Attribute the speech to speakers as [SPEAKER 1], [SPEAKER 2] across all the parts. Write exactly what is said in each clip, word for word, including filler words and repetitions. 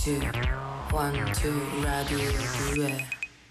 [SPEAKER 1] two, one, two, radio due.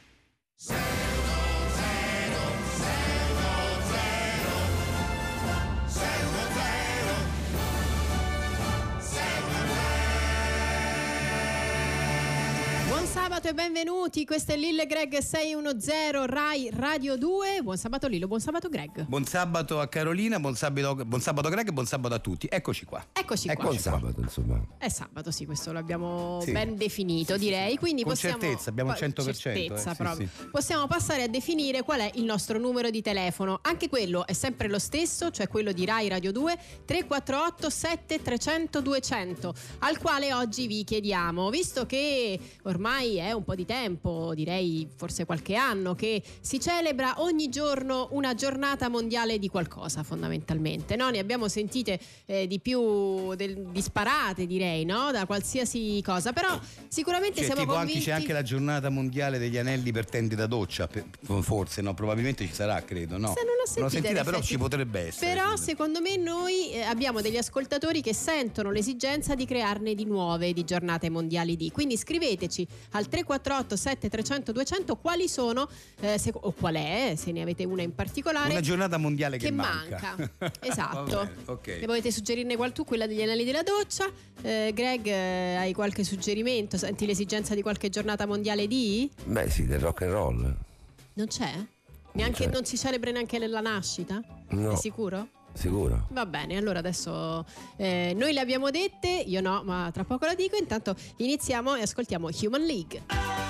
[SPEAKER 2] Sabato e benvenuti, questo è Lille Greg sei uno zero Rai Radio due. Buon sabato Lillo, buon sabato Greg.
[SPEAKER 3] Buon sabato a Carolina, buon sabato, buon sabato Greg, buon sabato a tutti. Eccoci qua.
[SPEAKER 2] Eccoci
[SPEAKER 3] ecco
[SPEAKER 2] qua.
[SPEAKER 3] Buon
[SPEAKER 4] sabato, insomma.
[SPEAKER 2] È sabato, sì, questo l'abbiamo
[SPEAKER 3] sì.
[SPEAKER 2] ben definito,
[SPEAKER 3] sì,
[SPEAKER 2] direi.
[SPEAKER 3] Sì.
[SPEAKER 2] Quindi
[SPEAKER 3] con
[SPEAKER 2] possiamo,
[SPEAKER 3] certezza, abbiamo il cento per cento.
[SPEAKER 2] Certezza
[SPEAKER 3] eh,
[SPEAKER 2] proprio.
[SPEAKER 3] sì, sì.
[SPEAKER 2] Possiamo passare a definire qual è il nostro numero di telefono. Anche quello è sempre lo stesso, cioè quello di Rai Radio due, tre quattro otto sette tre zero zero due zero zero, al quale oggi vi chiediamo, visto che ormai è un po' di tempo, direi forse qualche anno, che si celebra ogni giorno una giornata mondiale di qualcosa, fondamentalmente, no? Ne abbiamo sentite eh, di più del, disparate, direi, no? Da qualsiasi cosa, però sicuramente
[SPEAKER 3] cioè,
[SPEAKER 2] siamo
[SPEAKER 3] tipo
[SPEAKER 2] convinti.
[SPEAKER 3] Anche, c'è anche la giornata mondiale degli anelli per tende da doccia, per, forse no, probabilmente ci sarà, credo, no?
[SPEAKER 2] Se non l'ho sentita,
[SPEAKER 3] l'ho sentita però
[SPEAKER 2] effetti.
[SPEAKER 3] Ci potrebbe essere.
[SPEAKER 2] Però
[SPEAKER 3] quindi.
[SPEAKER 2] secondo me noi eh, abbiamo degli ascoltatori che sentono l'esigenza di crearne di nuove, di giornate mondiali di. Quindi scriveteci al tre quattro otto sette tre zero zero due zero zero quali sono eh, se, o qual è, se ne avete una in particolare,
[SPEAKER 3] una giornata mondiale che,
[SPEAKER 2] che
[SPEAKER 3] manca,
[SPEAKER 2] manca. Esatto.
[SPEAKER 3] Va bene, okay.
[SPEAKER 2] E volete suggerirne qual tu, quella degli anelli della doccia? eh, Greg, eh, hai qualche suggerimento? Senti l'esigenza di qualche giornata mondiale di?
[SPEAKER 4] Beh sì, del rock and roll.
[SPEAKER 2] Non c'è? Neanche,
[SPEAKER 4] c'è.
[SPEAKER 2] non si celebra neanche la nascita?
[SPEAKER 4] No.
[SPEAKER 2] È sicuro?
[SPEAKER 4] Sicuro?
[SPEAKER 2] Va bene, allora adesso eh, noi le abbiamo dette, io no, ma tra poco la dico. Intanto iniziamo e ascoltiamo Human League.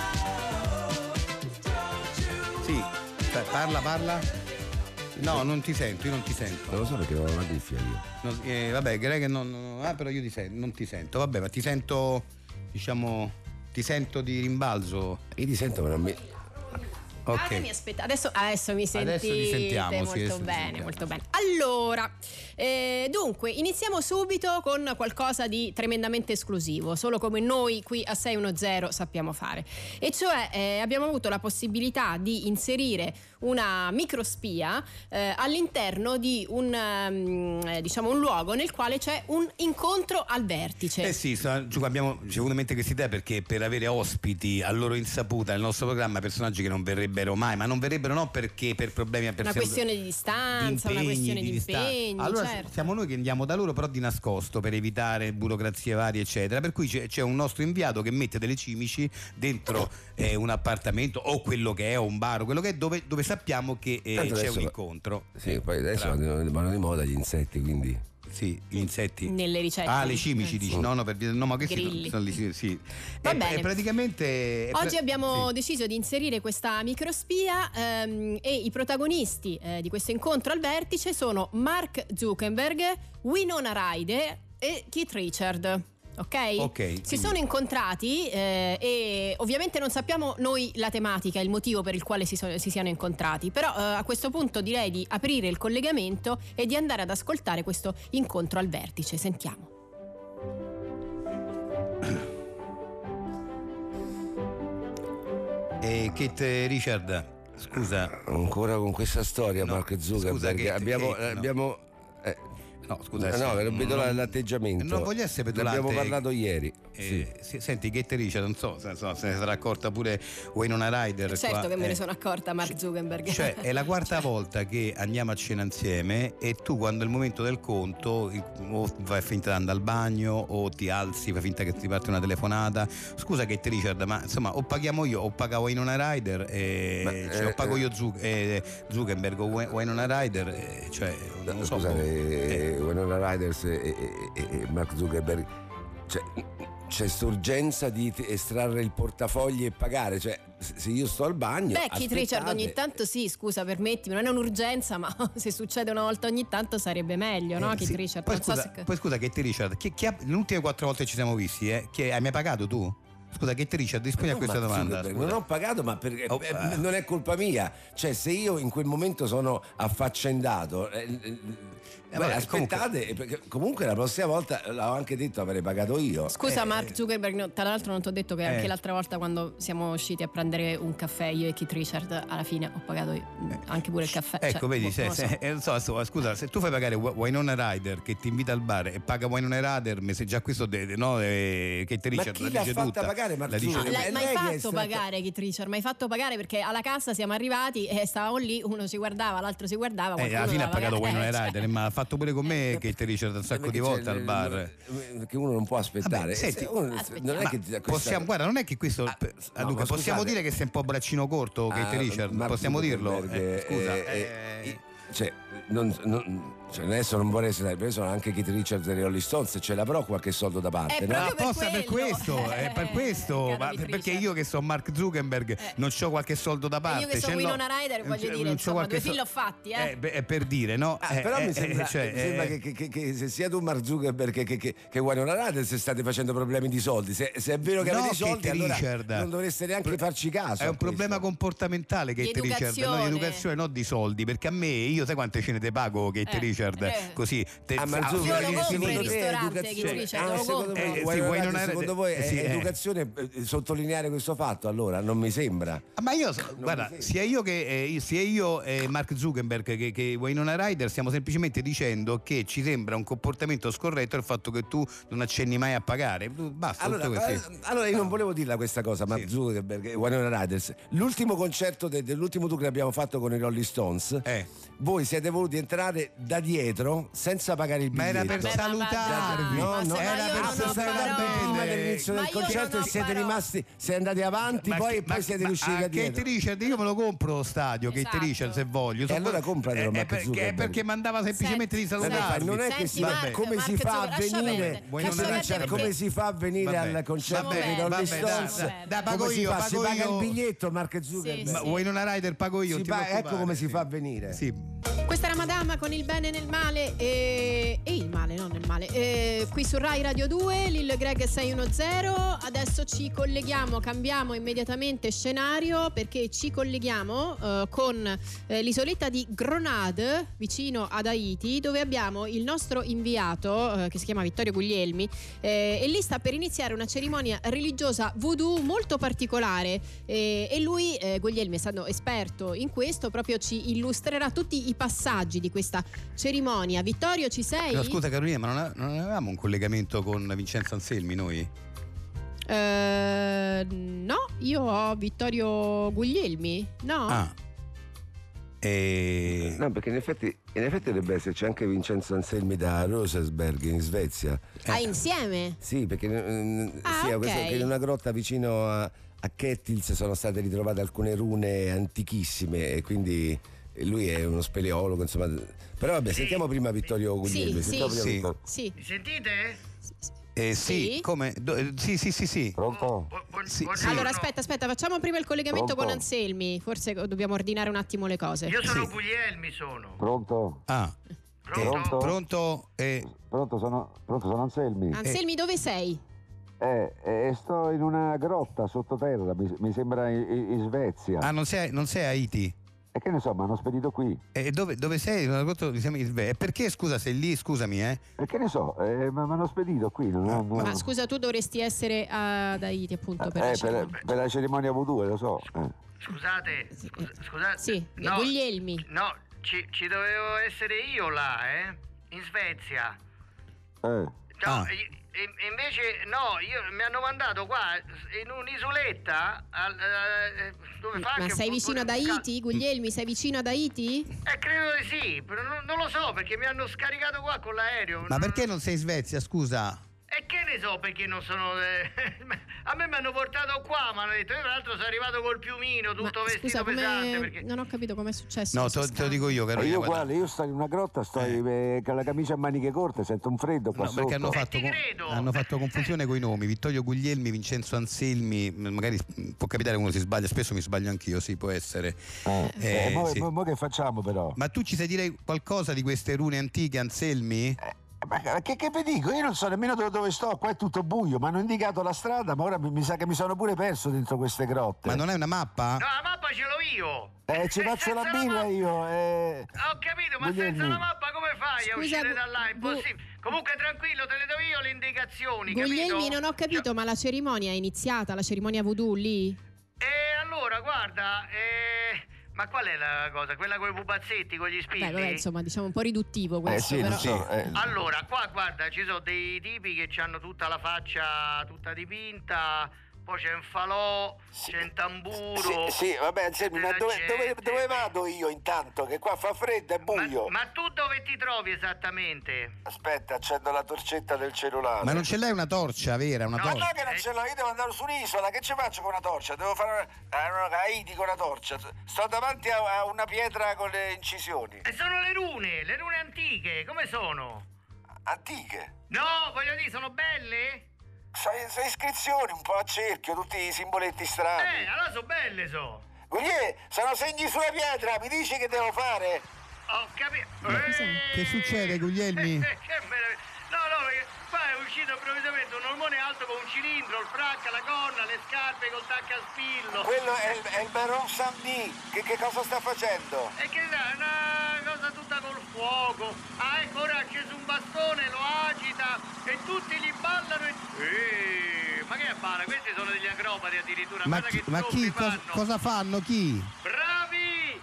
[SPEAKER 3] Sì, cioè, parla, parla. No, non ti sento, io non ti sento.
[SPEAKER 4] Non lo so perché non ho una cuffia io.
[SPEAKER 3] No, eh, vabbè, Greg non, non, ah, però io ti sento, non ti sento. Vabbè, ma ti sento, diciamo, ti sento di rimbalzo.
[SPEAKER 4] Io ti sento ma non mi...
[SPEAKER 3] Ok.
[SPEAKER 2] Ah, mi aspetta. Adesso, adesso mi sentite
[SPEAKER 3] Adesso ti sentiamo,
[SPEAKER 2] molto
[SPEAKER 3] sì, adesso ti
[SPEAKER 2] bene,
[SPEAKER 3] sentiamo.
[SPEAKER 2] molto bene. Allora, eh, dunque, iniziamo subito con qualcosa di tremendamente esclusivo, solo come noi qui a sei uno zero sappiamo fare. E cioè eh, abbiamo avuto la possibilità di inserire una microspia eh, all'interno di un um, eh, diciamo un luogo nel quale c'è un incontro al vertice.
[SPEAKER 3] Eh sì, so, abbiamo ci è venuta in mente questa idea perché per avere ospiti a loro insaputa nel nostro programma personaggi che non verrebbero mai, ma non verrebbero no perché per problemi
[SPEAKER 2] una questione di distanza,
[SPEAKER 3] di impegni,
[SPEAKER 2] una questione di,
[SPEAKER 3] di
[SPEAKER 2] impegni,
[SPEAKER 3] allora
[SPEAKER 2] certo.
[SPEAKER 3] Siamo noi che andiamo da loro però di nascosto per evitare burocrazie varie eccetera, per cui c'è, c'è un nostro inviato che mette delle cimici dentro eh, un appartamento o quello che è o un bar o quello che è dove, dove sappiamo che eh, c'è
[SPEAKER 4] adesso,
[SPEAKER 3] un incontro.
[SPEAKER 4] Sì,
[SPEAKER 3] eh,
[SPEAKER 4] poi adesso
[SPEAKER 3] tra...
[SPEAKER 4] vanno di moda gli insetti, quindi
[SPEAKER 3] sì, gli insetti
[SPEAKER 2] nelle ricette.
[SPEAKER 3] Ah, le cimici dici? No, no, per no, ma che
[SPEAKER 2] Grilli.
[SPEAKER 3] sono, sono sì.
[SPEAKER 2] Va
[SPEAKER 3] è,
[SPEAKER 2] bene.
[SPEAKER 3] È praticamente è
[SPEAKER 2] Oggi
[SPEAKER 3] pra-
[SPEAKER 2] abbiamo
[SPEAKER 3] sì.
[SPEAKER 2] deciso di inserire questa microspia ehm, e i protagonisti eh, di questo incontro al vertice sono Mark Zuckerberg, Winona Ryder e Keith Richard. Ok?
[SPEAKER 3] Ok,
[SPEAKER 2] si
[SPEAKER 3] quindi...
[SPEAKER 2] sono incontrati eh, e ovviamente non sappiamo noi la tematica, il motivo per il quale si, so- si siano incontrati, però eh, a questo punto direi di aprire il collegamento e di andare ad ascoltare questo incontro al vertice. Sentiamo.
[SPEAKER 3] E Kate Richard, scusa.
[SPEAKER 4] ancora con questa storia,
[SPEAKER 3] No,
[SPEAKER 4] Mark Zuckerberg.
[SPEAKER 3] scusa, che-
[SPEAKER 4] abbiamo,
[SPEAKER 3] che- no.
[SPEAKER 4] abbiamo eh,
[SPEAKER 3] No, scusa.
[SPEAKER 4] no,
[SPEAKER 3] adesso-
[SPEAKER 4] vedo
[SPEAKER 3] non-
[SPEAKER 4] l'atteggiamento.
[SPEAKER 3] Non voglio essere
[SPEAKER 4] Ne
[SPEAKER 3] petulante.
[SPEAKER 4] abbiamo parlato ieri.
[SPEAKER 3] Eh, sì, senti, Kate Richard, non so se, so, se ne sarà accorta pure Winona Ryder.
[SPEAKER 2] Certo
[SPEAKER 3] qua,
[SPEAKER 2] che me
[SPEAKER 3] eh.
[SPEAKER 2] ne sono accorta, Mark Zuckerberg.
[SPEAKER 3] Cioè è la quarta volta che andiamo a cena insieme e tu quando è il momento del conto o fai finta di andare al bagno o ti alzi, fai finta che ti parte una telefonata. Scusa Kate Richard, ma insomma o paghiamo io o paga Winona Ryder e
[SPEAKER 4] Ma,
[SPEAKER 3] cioè,
[SPEAKER 4] eh,
[SPEAKER 3] o pago
[SPEAKER 4] eh,
[SPEAKER 3] io Zuc- eh, Zuckerberg o Winona Ryder, eh, cioè non lo so.
[SPEAKER 4] Scusate,
[SPEAKER 3] eh.
[SPEAKER 4] eh, Winona Riders e, e, e, e Mark Zuckerberg, cioè, c'è quest'urgenza di t- estrarre il portafogli e pagare, cioè se io sto al bagno.
[SPEAKER 2] Beh, Keith Richard
[SPEAKER 4] aspettate.
[SPEAKER 2] ogni tanto sì, scusa, permettimi, non è un'urgenza, ma se succede una volta ogni tanto sarebbe meglio, no?
[SPEAKER 3] Eh,
[SPEAKER 2] Keith
[SPEAKER 3] sì.
[SPEAKER 2] Richard,
[SPEAKER 3] Poi
[SPEAKER 2] non so
[SPEAKER 3] scusa,
[SPEAKER 2] se...
[SPEAKER 3] poi scusa Kate Richard, chi, chi ha, le ultime quattro volte che ci siamo visti, eh, chi hai mai pagato tu? Scusa, che te Richard, rispondi a questa domanda.
[SPEAKER 4] Non ho pagato, ma perché
[SPEAKER 3] Oh,
[SPEAKER 4] eh,
[SPEAKER 3] eh.
[SPEAKER 4] non è colpa mia. Cioè, se io in quel momento sono affaccendato, eh, eh, beh,
[SPEAKER 3] vabbè,
[SPEAKER 4] aspettate, comunque... perché comunque la prossima volta l'avevo anche detto avrei pagato io.
[SPEAKER 2] Scusa
[SPEAKER 4] Eh,
[SPEAKER 2] Mark Zuckerberg, no, tra l'altro non ti ho detto che anche
[SPEAKER 3] Eh.
[SPEAKER 2] l'altra volta quando siamo usciti a prendere un caffè io e Keith Richard, alla fine ho pagato io, anche pure il caffè.
[SPEAKER 3] Ecco,
[SPEAKER 2] cioè,
[SPEAKER 3] vedi,
[SPEAKER 2] boh,
[SPEAKER 3] se,
[SPEAKER 2] non lo so.
[SPEAKER 3] se- eh, non so, so, scusa, se tu fai pagare Wi- Winona Ryder che ti invita al bar e paga Winona Ryder, mi se già questo de- de- no, eh, che te
[SPEAKER 4] Ma
[SPEAKER 3] Richard
[SPEAKER 4] chi
[SPEAKER 3] la
[SPEAKER 4] l'ha
[SPEAKER 3] dice
[SPEAKER 4] fatta
[SPEAKER 3] tutta.
[SPEAKER 4] pagare, Mark
[SPEAKER 3] La dice
[SPEAKER 4] Zuckerberg?
[SPEAKER 3] tutta.
[SPEAKER 2] L'hai
[SPEAKER 4] lei
[SPEAKER 2] mai
[SPEAKER 4] che è
[SPEAKER 2] fatto
[SPEAKER 4] stata-
[SPEAKER 2] pagare Keith Richard? Mai fatto pagare perché alla cassa siamo arrivati e stavamo lì, uno si guardava, l'altro si guardava.
[SPEAKER 3] Eh,
[SPEAKER 2] qualcuno
[SPEAKER 3] alla fine ha
[SPEAKER 2] doveva
[SPEAKER 3] pagato
[SPEAKER 2] pagare.
[SPEAKER 3] Winona
[SPEAKER 2] Eh, cioè.
[SPEAKER 3] Ryder, ma ha fatto pure con me che te Richard un sacco
[SPEAKER 4] perché
[SPEAKER 3] di
[SPEAKER 4] c'è
[SPEAKER 3] volte al
[SPEAKER 4] il-
[SPEAKER 3] bar.
[SPEAKER 4] Che uno non può aspettare.
[SPEAKER 3] Vabbè, senti,
[SPEAKER 4] Se uno-
[SPEAKER 2] aspettiamo.
[SPEAKER 4] non è
[SPEAKER 3] Ma
[SPEAKER 4] che questa-
[SPEAKER 3] possiamo, guarda, non è che questo
[SPEAKER 4] Ah,
[SPEAKER 3] eh,
[SPEAKER 4] no,
[SPEAKER 3] Luca,
[SPEAKER 4] ma
[SPEAKER 3] possiamo
[SPEAKER 4] scusate.
[SPEAKER 3] dire che sei un po' braccino corto, Kate
[SPEAKER 4] Ah,
[SPEAKER 3] Richard,
[SPEAKER 4] Mark
[SPEAKER 3] possiamo dirlo?
[SPEAKER 4] Zuckerberg,
[SPEAKER 3] Eh, scusa,
[SPEAKER 4] eh,
[SPEAKER 3] eh,
[SPEAKER 4] eh, cioè, non, non- cioè, adesso non vorrei essere, perché sono anche Keith Richards dei Rolling Stones, ce l'avrò qualche soldo da parte,
[SPEAKER 2] Eh,
[SPEAKER 4] no?
[SPEAKER 2] proprio
[SPEAKER 3] Ah,
[SPEAKER 2] per
[SPEAKER 3] apposta per
[SPEAKER 2] quello.
[SPEAKER 3] questo, è per
[SPEAKER 2] Eh,
[SPEAKER 3] questo,
[SPEAKER 2] caro
[SPEAKER 3] ma
[SPEAKER 2] Keith
[SPEAKER 3] perché
[SPEAKER 2] Richard.
[SPEAKER 3] io che sono Mark Zuckerberg
[SPEAKER 2] Eh.
[SPEAKER 3] non c'ho qualche soldo da parte.
[SPEAKER 2] io che sono
[SPEAKER 3] ce l'ho-
[SPEAKER 2] Winona Ryder, voglio
[SPEAKER 3] cioè,
[SPEAKER 2] dire,
[SPEAKER 3] non c'ho
[SPEAKER 2] insomma,
[SPEAKER 3] qualche
[SPEAKER 2] due film
[SPEAKER 3] so-
[SPEAKER 2] l'ho fatti, eh.
[SPEAKER 3] beh, è per dire, no?
[SPEAKER 4] Ah,
[SPEAKER 3] Eh,
[SPEAKER 4] però
[SPEAKER 3] eh,
[SPEAKER 4] mi
[SPEAKER 3] eh,
[SPEAKER 4] sembra,
[SPEAKER 3] cioè,
[SPEAKER 4] mi sembra
[SPEAKER 3] eh,
[SPEAKER 4] che, che- che- che se sia tu Mark Zuckerberg che, che, che, che Winona Ryder se state facendo problemi di soldi, se, se è vero che
[SPEAKER 3] no,
[SPEAKER 4] avete i soldi
[SPEAKER 3] Kate
[SPEAKER 4] allora
[SPEAKER 3] Richard.
[SPEAKER 4] non dovreste neanche
[SPEAKER 3] Pro-
[SPEAKER 4] farci caso.
[SPEAKER 3] È
[SPEAKER 4] a
[SPEAKER 3] un problema
[SPEAKER 4] questo.
[SPEAKER 3] comportamentale Kate
[SPEAKER 2] Di
[SPEAKER 3] Richard, no, di
[SPEAKER 2] educazione.
[SPEAKER 3] educazione, non di soldi, perché a me, io sai quante cene te pago Kate
[SPEAKER 2] Eh,
[SPEAKER 3] Richard,
[SPEAKER 2] eh.
[SPEAKER 3] così te,
[SPEAKER 4] Ah, ma
[SPEAKER 3] ah,
[SPEAKER 4] Zuckerberg,
[SPEAKER 2] Io lo compro
[SPEAKER 4] secondo
[SPEAKER 2] in
[SPEAKER 4] te
[SPEAKER 2] ristorante,
[SPEAKER 4] educazione-
[SPEAKER 2] Keith Richard,
[SPEAKER 4] Ah,
[SPEAKER 2] lo
[SPEAKER 4] secondo
[SPEAKER 2] compro.
[SPEAKER 4] voi-
[SPEAKER 3] Eh, sì,
[SPEAKER 4] Winona
[SPEAKER 3] Winona
[SPEAKER 4] Ryder,
[SPEAKER 3] Ryder-
[SPEAKER 4] secondo voi è
[SPEAKER 3] sì, eh.
[SPEAKER 4] educazione eh, sottolineare questo fatto? Allora non mi sembra.
[SPEAKER 3] Ah, ma io, guarda,
[SPEAKER 4] mi
[SPEAKER 3] sia io che eh, sia io e Mark Zuckerberg che, che Winona Ryder stiamo semplicemente dicendo che ci sembra un comportamento scorretto il fatto che tu non accenni mai a pagare. Tu- Basta,
[SPEAKER 4] Allora,
[SPEAKER 3] tutto così.
[SPEAKER 4] eh, allora io non volevo dirla questa cosa, Mark
[SPEAKER 3] Sì.
[SPEAKER 4] Zuckerberg e Winona Ryder. L'ultimo concerto de- dell'ultimo tour che abbiamo fatto con i Rolling Stones,
[SPEAKER 3] Eh.
[SPEAKER 4] voi siete voluti entrare da dietro senza pagare il
[SPEAKER 3] Ma
[SPEAKER 4] biglietto.
[SPEAKER 3] era per
[SPEAKER 2] Vabbè, ma
[SPEAKER 3] salutarvi,
[SPEAKER 2] va-
[SPEAKER 4] No,
[SPEAKER 2] ma
[SPEAKER 4] no,
[SPEAKER 2] se-
[SPEAKER 3] era
[SPEAKER 2] ma io
[SPEAKER 3] per
[SPEAKER 2] non ho
[SPEAKER 3] salutarvi
[SPEAKER 2] parole.
[SPEAKER 4] prima dell'inizio
[SPEAKER 2] Ma
[SPEAKER 4] del
[SPEAKER 2] io
[SPEAKER 4] concerto
[SPEAKER 2] non
[SPEAKER 4] e
[SPEAKER 2] ho
[SPEAKER 4] siete
[SPEAKER 2] parole.
[SPEAKER 4] rimasti, siete andati avanti,
[SPEAKER 3] Ma
[SPEAKER 4] poi,
[SPEAKER 3] che-
[SPEAKER 4] poi
[SPEAKER 3] ma-
[SPEAKER 4] siete
[SPEAKER 3] ma-
[SPEAKER 4] riusciti
[SPEAKER 3] ah,
[SPEAKER 4] da dietro.
[SPEAKER 3] Kate Richard, io me lo compro lo stadio,
[SPEAKER 2] Esatto.
[SPEAKER 3] Kate Richard se voglio.
[SPEAKER 4] E allora compratelo,
[SPEAKER 3] è,
[SPEAKER 4] Mark
[SPEAKER 3] perché, è
[SPEAKER 4] Zuckerberg.
[SPEAKER 3] perché mandava semplicemente
[SPEAKER 2] Senti,
[SPEAKER 3] di salutarvi.
[SPEAKER 4] non è
[SPEAKER 2] Senti,
[SPEAKER 4] che si
[SPEAKER 2] Mark,
[SPEAKER 4] come
[SPEAKER 2] Mark
[SPEAKER 4] si fa a
[SPEAKER 2] Zuckerberg, lascia
[SPEAKER 4] venire
[SPEAKER 2] perdere.
[SPEAKER 3] Vuoi
[SPEAKER 4] Keith
[SPEAKER 3] non
[SPEAKER 2] Lascia
[SPEAKER 4] Richard,
[SPEAKER 2] perdere
[SPEAKER 4] come
[SPEAKER 2] perché-
[SPEAKER 4] si fa a venire
[SPEAKER 3] Vabbè,
[SPEAKER 4] al concerto
[SPEAKER 2] vabbè,
[SPEAKER 4] dei Rolling
[SPEAKER 3] vabbè,
[SPEAKER 4] Stones?
[SPEAKER 2] dai,
[SPEAKER 3] dai,
[SPEAKER 4] Come
[SPEAKER 3] pago
[SPEAKER 4] si
[SPEAKER 3] io,
[SPEAKER 4] fa? Si
[SPEAKER 3] pago
[SPEAKER 4] paga
[SPEAKER 3] io.
[SPEAKER 4] il biglietto, Mark Zuckerberg.
[SPEAKER 3] Ma
[SPEAKER 2] sì.
[SPEAKER 3] Winona Ryder pago io.
[SPEAKER 4] Si
[SPEAKER 3] non ti
[SPEAKER 4] pa-
[SPEAKER 3] preoccupare,
[SPEAKER 4] ecco come si
[SPEAKER 3] sì.
[SPEAKER 4] fa a venire.
[SPEAKER 3] Sì.
[SPEAKER 2] Questa era Madama con il bene nel male e, e il male, non nel male. E qui su Rai Radio due, Lil Greg sei uno zero. Adesso ci colleghiamo, cambiamo immediatamente scenario perché ci colleghiamo eh, con eh, l'isoletta di Grenade, vicino ad Haiti, dove abbiamo il nostro inviato eh, che si chiama Vittorio Guglielmi eh, e lì sta per iniziare una cerimonia religiosa voodoo molto particolare eh, e lui, eh, Guglielmi, essendo esperto in questo, proprio ci illustrerà tutti i passaggi di questa cerimonia. Vittorio, ci sei?
[SPEAKER 3] No, scusa Carolina, ma non, a- non avevamo un collegamento con Vincenzo Anselmi noi?
[SPEAKER 2] Eh, no, io ho Vittorio Guglielmi. No.
[SPEAKER 3] Ah. E...
[SPEAKER 4] No, perché in effetti, in effetti dovrebbe esserci anche Vincenzo Anselmi da Rosersberg in Svezia.
[SPEAKER 2] Ah, insieme?
[SPEAKER 4] Sì, perché mm,
[SPEAKER 2] Ah,
[SPEAKER 4] sì,
[SPEAKER 2] ok.
[SPEAKER 4] questo- che in una grotta vicino a, a Kettils sono state ritrovate alcune rune antichissime e quindi lui è uno speleologo, insomma. Però vabbè, sentiamo prima Vittorio Guglielmi.
[SPEAKER 2] sì,
[SPEAKER 4] sentiamo prima
[SPEAKER 3] sì.
[SPEAKER 4] Vittorio.
[SPEAKER 2] Sì.
[SPEAKER 5] Mi sentite?
[SPEAKER 3] Eh, sì,
[SPEAKER 2] Sì?
[SPEAKER 3] come? Do- eh, sì, sì, sì, sì.
[SPEAKER 4] Pronto?
[SPEAKER 5] Bu- bu-
[SPEAKER 3] Sì,
[SPEAKER 5] buongiorno.
[SPEAKER 2] Allora, aspetta, aspetta, facciamo prima il collegamento
[SPEAKER 4] Pronto?
[SPEAKER 2] con Anselmi. Forse dobbiamo ordinare un attimo le cose.
[SPEAKER 5] Io sono
[SPEAKER 3] Sì.
[SPEAKER 5] Guglielmi, sono.
[SPEAKER 4] Pronto?
[SPEAKER 3] Ah,
[SPEAKER 5] Pronto?
[SPEAKER 3] eh, pronto? Eh,
[SPEAKER 6] Pronto, sono, pronto, sono Anselmi.
[SPEAKER 2] Anselmi, dove sei?
[SPEAKER 6] Eh, eh, sto in una grotta sottoterra, mi, mi sembra in, in Svezia.
[SPEAKER 3] ah, non sei, non sei a Haiti?
[SPEAKER 6] E che ne so, mi hanno spedito qui.
[SPEAKER 3] E dove, dove sei? In una grotta mi sembra in Sve- Perché, scusa, sei lì? Scusami, eh?
[SPEAKER 6] E che ne so, eh, mi hanno spedito qui. Non, non-
[SPEAKER 2] Ma scusa, tu dovresti essere ad Haiti, appunto, per
[SPEAKER 6] eh,
[SPEAKER 2] la
[SPEAKER 6] per,
[SPEAKER 2] cerimonia.
[SPEAKER 6] per la cerimonia voodoo, lo so. eh.
[SPEAKER 5] Scusate, scusa- scusate.
[SPEAKER 2] Sì,
[SPEAKER 5] no,
[SPEAKER 2] Guglielmi.
[SPEAKER 5] No, ci, ci dovevo essere io là, eh? In Svezia.
[SPEAKER 6] Eh.
[SPEAKER 5] No,
[SPEAKER 3] Ah.
[SPEAKER 5] e- e invece no, io, mi hanno mandato qua in un'isoletta al- eh, dove fa
[SPEAKER 2] Ma
[SPEAKER 5] anche
[SPEAKER 2] sei
[SPEAKER 5] un po'
[SPEAKER 2] vicino ad
[SPEAKER 5] di-
[SPEAKER 2] Haiti, Guglielmi? Sei vicino ad Haiti?
[SPEAKER 5] Eh, credo di sì, però non, non lo so perché mi hanno scaricato qua con l'aereo.
[SPEAKER 3] Ma perché non sei in Svezia, scusa?
[SPEAKER 5] E che ne so perché non sono. eh, a me mi hanno portato qua, mi hanno detto. Io tra l'altro sono arrivato col piumino, tutto
[SPEAKER 2] Ma
[SPEAKER 5] vestito
[SPEAKER 2] scusa,
[SPEAKER 5] pesante.
[SPEAKER 2] come...
[SPEAKER 5] Perché...
[SPEAKER 2] non ho capito com'è successo.
[SPEAKER 3] No,
[SPEAKER 2] questo
[SPEAKER 3] te, te lo
[SPEAKER 2] scambio.
[SPEAKER 3] dico io,
[SPEAKER 6] E
[SPEAKER 3] Carolina.
[SPEAKER 6] io
[SPEAKER 3] guarda.
[SPEAKER 6] uguale, io sto in una grotta, sto eh, con la camicia a maniche corte, sento un freddo qua
[SPEAKER 3] No, perché hanno
[SPEAKER 6] sotto.
[SPEAKER 3] fatto,
[SPEAKER 5] ti credo.
[SPEAKER 3] hanno fatto confusione con i nomi. Vittorio Guglielmi, Vincenzo Anselmi. m- Magari mm, può capitare che uno si sbaglia, spesso mi sbaglio anch'io, sì, può essere.
[SPEAKER 6] Eh,
[SPEAKER 3] Eh,
[SPEAKER 6] eh, mo,
[SPEAKER 3] sì.
[SPEAKER 6] mo- mo che facciamo però?
[SPEAKER 3] Ma tu ci sai dire qualcosa di queste rune antiche, Anselmi?
[SPEAKER 6] Eh, Ma che, che vi dico? Io non so nemmeno dove sto, qua è tutto buio, mi hanno indicato la strada, ma ora mi, mi sa che mi sono pure perso dentro queste grotte.
[SPEAKER 3] Ma non è una mappa?
[SPEAKER 5] No, la mappa ce l'ho io.
[SPEAKER 6] Eh, ci
[SPEAKER 5] E
[SPEAKER 6] faccio la
[SPEAKER 5] senza
[SPEAKER 6] birra
[SPEAKER 5] ma-
[SPEAKER 6] io. Eh...
[SPEAKER 5] Ho capito, ma
[SPEAKER 6] Guglielmi.
[SPEAKER 5] senza la mappa come fai a
[SPEAKER 2] Scusa,
[SPEAKER 5] uscire
[SPEAKER 2] Gu-
[SPEAKER 5] da là? È
[SPEAKER 2] Gu-
[SPEAKER 5] impossibile. Comunque tranquillo, te le do io le indicazioni,
[SPEAKER 2] Guglielmi,
[SPEAKER 5] capito?
[SPEAKER 2] non ho capito, ma la cerimonia è iniziata, la cerimonia voodoo lì?
[SPEAKER 5] E allora, guarda, eh, ma qual è la cosa? Quella con i pupazzetti, con gli spilli?
[SPEAKER 2] Beh, vabbè, insomma, diciamo un po' riduttivo
[SPEAKER 6] Eh
[SPEAKER 2] questo,
[SPEAKER 6] sì,
[SPEAKER 2] però.
[SPEAKER 6] lo so. eh.
[SPEAKER 5] Allora, qua guarda, ci sono dei tipi che hanno tutta la faccia tutta dipinta, poi c'è un falò, c'è un tamburo.
[SPEAKER 6] Sì, sì, vabbè, Anselmi, ma
[SPEAKER 5] della
[SPEAKER 6] dove, dove,
[SPEAKER 5] gente.
[SPEAKER 6] dove vado io intanto? Che qua fa freddo e buio.
[SPEAKER 5] Ma, ma tu dove ti trovi esattamente?
[SPEAKER 6] Aspetta, accendo la torcetta del cellulare.
[SPEAKER 3] Ma non ce l'hai una torcia vera, una
[SPEAKER 5] No,
[SPEAKER 6] Ma
[SPEAKER 3] torcia?
[SPEAKER 6] no che non ce l'ho, io devo andare su un'isola, che ci faccio con una torcia? Devo fare una, a Haiti con una torcia. Sto davanti a, a una pietra con le incisioni.
[SPEAKER 5] E sono le rune, le rune antiche, come sono?
[SPEAKER 6] Antiche.
[SPEAKER 5] No, voglio dire, sono belle?
[SPEAKER 6] Sai, sai iscrizioni un po' a cerchio, tutti i simboletti strani.
[SPEAKER 5] Eh, allora sono belle, so.
[SPEAKER 6] Gugliè, sono segni sulla pietra, mi dici che devo fare?
[SPEAKER 5] Ho capito.
[SPEAKER 3] Che succede, Guglielmi?
[SPEAKER 5] Che meraviglia. No, no, perché qua è uscito improvvisamente un ormone alto con un cilindro, il fracca, la gonna, le scarpe col taccaspillo.
[SPEAKER 6] Quello è il, è il Baron Samdi, che, che cosa sta facendo?
[SPEAKER 5] E che sa, è una cosa tutta col fuoco. Ah, ecco, ora ha acceso un bastone, lo agita e tutti gli ballano e... Eeeh, ma che balla? Questi sono degli acrobati addirittura.
[SPEAKER 3] Ma
[SPEAKER 5] guarda
[SPEAKER 3] chi,
[SPEAKER 5] che
[SPEAKER 3] ma
[SPEAKER 5] zoppi
[SPEAKER 3] chi cos-
[SPEAKER 5] fanno.
[SPEAKER 3] cosa fanno? Chi?
[SPEAKER 5] Bravi!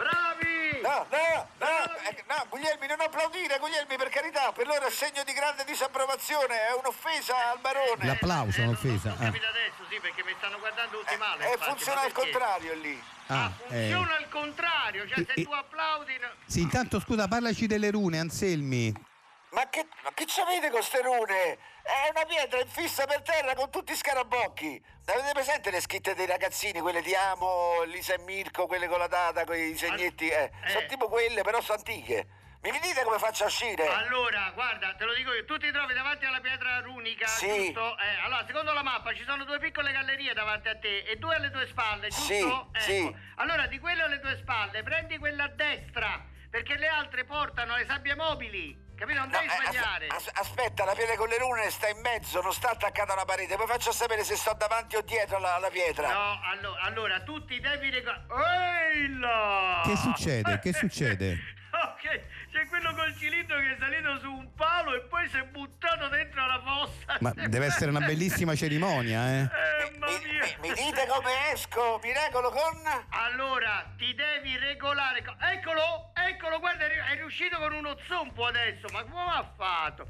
[SPEAKER 5] Bravi!
[SPEAKER 6] No, no, no, eh, no, Guglielmi, non applaudire, Guglielmi, per carità, per loro è segno di grande disapprovazione, è un'offesa al barone.
[SPEAKER 3] L'applauso,
[SPEAKER 5] Eh,
[SPEAKER 3] un'offesa.
[SPEAKER 5] Ho
[SPEAKER 3] Ah.
[SPEAKER 5] capito adesso, sì, perché mi stanno guardando tutti male.
[SPEAKER 6] E
[SPEAKER 5] infatti,
[SPEAKER 6] funziona
[SPEAKER 5] ma
[SPEAKER 6] al
[SPEAKER 5] perché?
[SPEAKER 6] contrario lì.
[SPEAKER 5] Ah,
[SPEAKER 3] Ah,
[SPEAKER 5] funziona
[SPEAKER 3] eh.
[SPEAKER 5] al contrario, cioè
[SPEAKER 3] E-
[SPEAKER 5] se
[SPEAKER 3] e-
[SPEAKER 5] tu applaudi... no-
[SPEAKER 3] Sì, intanto scusa, parlaci delle rune, Anselmi.
[SPEAKER 6] Ma che, ma che ci avete con ste rune? È una pietra infissa per terra con tutti i scarabocchi. Avete presente le scritte dei ragazzini, quelle di Amo, Lisa e Mirko, quelle con la data, con i segnetti? Eh,
[SPEAKER 5] Eh.
[SPEAKER 6] sono tipo quelle, però sono antiche. Mi dite come faccio a uscire?
[SPEAKER 5] Allora, guarda, te lo dico io, tu ti trovi davanti alla pietra runica,
[SPEAKER 6] Sì.
[SPEAKER 5] giusto? Eh, allora, secondo la mappa ci sono due piccole gallerie davanti a te e due alle tue spalle, giusto?
[SPEAKER 6] Sì,
[SPEAKER 5] Ecco.
[SPEAKER 6] sì.
[SPEAKER 5] Allora, di quelle alle tue spalle, prendi quella a destra, perché le altre portano le sabbie mobili. Capito? Non
[SPEAKER 6] No,
[SPEAKER 5] devi
[SPEAKER 6] eh, as-
[SPEAKER 5] sbagliare.
[SPEAKER 6] as- aspetta, la pietra con le rune sta in mezzo, non sta attaccata a una parete. Poi faccio sapere se sto davanti o dietro alla, alla pietra.
[SPEAKER 5] No, allo- allora, tu ti devi ricordare... Ehi là!
[SPEAKER 3] Che succede? Che succede?
[SPEAKER 5] Ok, c'è quello col cilindro che è salito su un palo e poi si è buttato dentro la fossa.
[SPEAKER 3] Ma deve essere una bellissima cerimonia, eh?
[SPEAKER 5] Eh,
[SPEAKER 6] Mi,
[SPEAKER 5] mamma
[SPEAKER 6] mi-
[SPEAKER 5] mia.
[SPEAKER 6] mi- mi dite come esco? Mi regolo con...
[SPEAKER 5] Allora, ti devi regolare. co- Eccolo, eccolo, guarda, è ri- è riuscito con uno zompo adesso. Ma come ha fatto?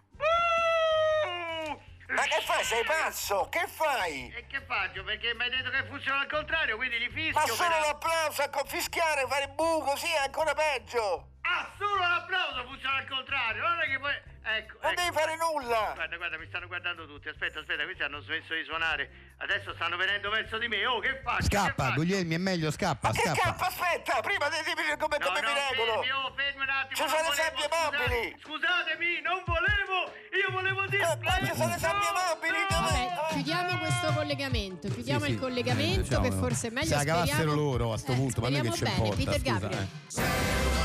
[SPEAKER 5] Uh!
[SPEAKER 6] Ma che fai? Sei pazzo? Che fai?
[SPEAKER 5] E che faccio? Perché mi hai detto che funziona al contrario, quindi li fischio.
[SPEAKER 6] Ma solo
[SPEAKER 5] per-
[SPEAKER 6] l'applauso a confischiare, fare bu così è ancora peggio.
[SPEAKER 5] Ah, solo l'applauso funziona al contrario. Non è che poi... Ecco,
[SPEAKER 6] Non
[SPEAKER 5] ecco.
[SPEAKER 6] devi fare nulla.
[SPEAKER 5] Guarda, guarda, mi stanno guardando tutti. Aspetta, aspetta, questi hanno smesso di suonare. Adesso stanno venendo verso di me. Oh, che faccio? Che
[SPEAKER 3] Scappa,
[SPEAKER 5] faccio?
[SPEAKER 3] Guglielmi, è meglio, scappa,
[SPEAKER 6] Ma che
[SPEAKER 3] scappa.
[SPEAKER 6] cappa, aspetta, prima devi dire come,
[SPEAKER 5] No,
[SPEAKER 6] come
[SPEAKER 5] no,
[SPEAKER 6] mi regolo.
[SPEAKER 5] fermi, oh, fermi un attimo.
[SPEAKER 6] Ci
[SPEAKER 5] non
[SPEAKER 6] sono le
[SPEAKER 5] volevo,
[SPEAKER 6] sabbie
[SPEAKER 5] scusate-
[SPEAKER 6] mobili.
[SPEAKER 5] Scusatemi, non volevo. Io volevo dire.
[SPEAKER 6] Eh, ma ci sono le sabbie
[SPEAKER 5] No,
[SPEAKER 6] mobili,
[SPEAKER 5] no.
[SPEAKER 6] dove-
[SPEAKER 2] Vabbè, chiudiamo questo collegamento, chiudiamo
[SPEAKER 3] Sì, sì.
[SPEAKER 2] il collegamento
[SPEAKER 3] Diciamo,
[SPEAKER 2] che forse è meglio.
[SPEAKER 3] se la cavassero
[SPEAKER 2] speriamo-
[SPEAKER 3] loro a sto
[SPEAKER 2] eh,
[SPEAKER 3] punto, ma noi che
[SPEAKER 2] speriamo
[SPEAKER 3] ci
[SPEAKER 2] bene.
[SPEAKER 3] importa,
[SPEAKER 2] Peter
[SPEAKER 3] scusa,
[SPEAKER 2] Gabriel.
[SPEAKER 3] eh.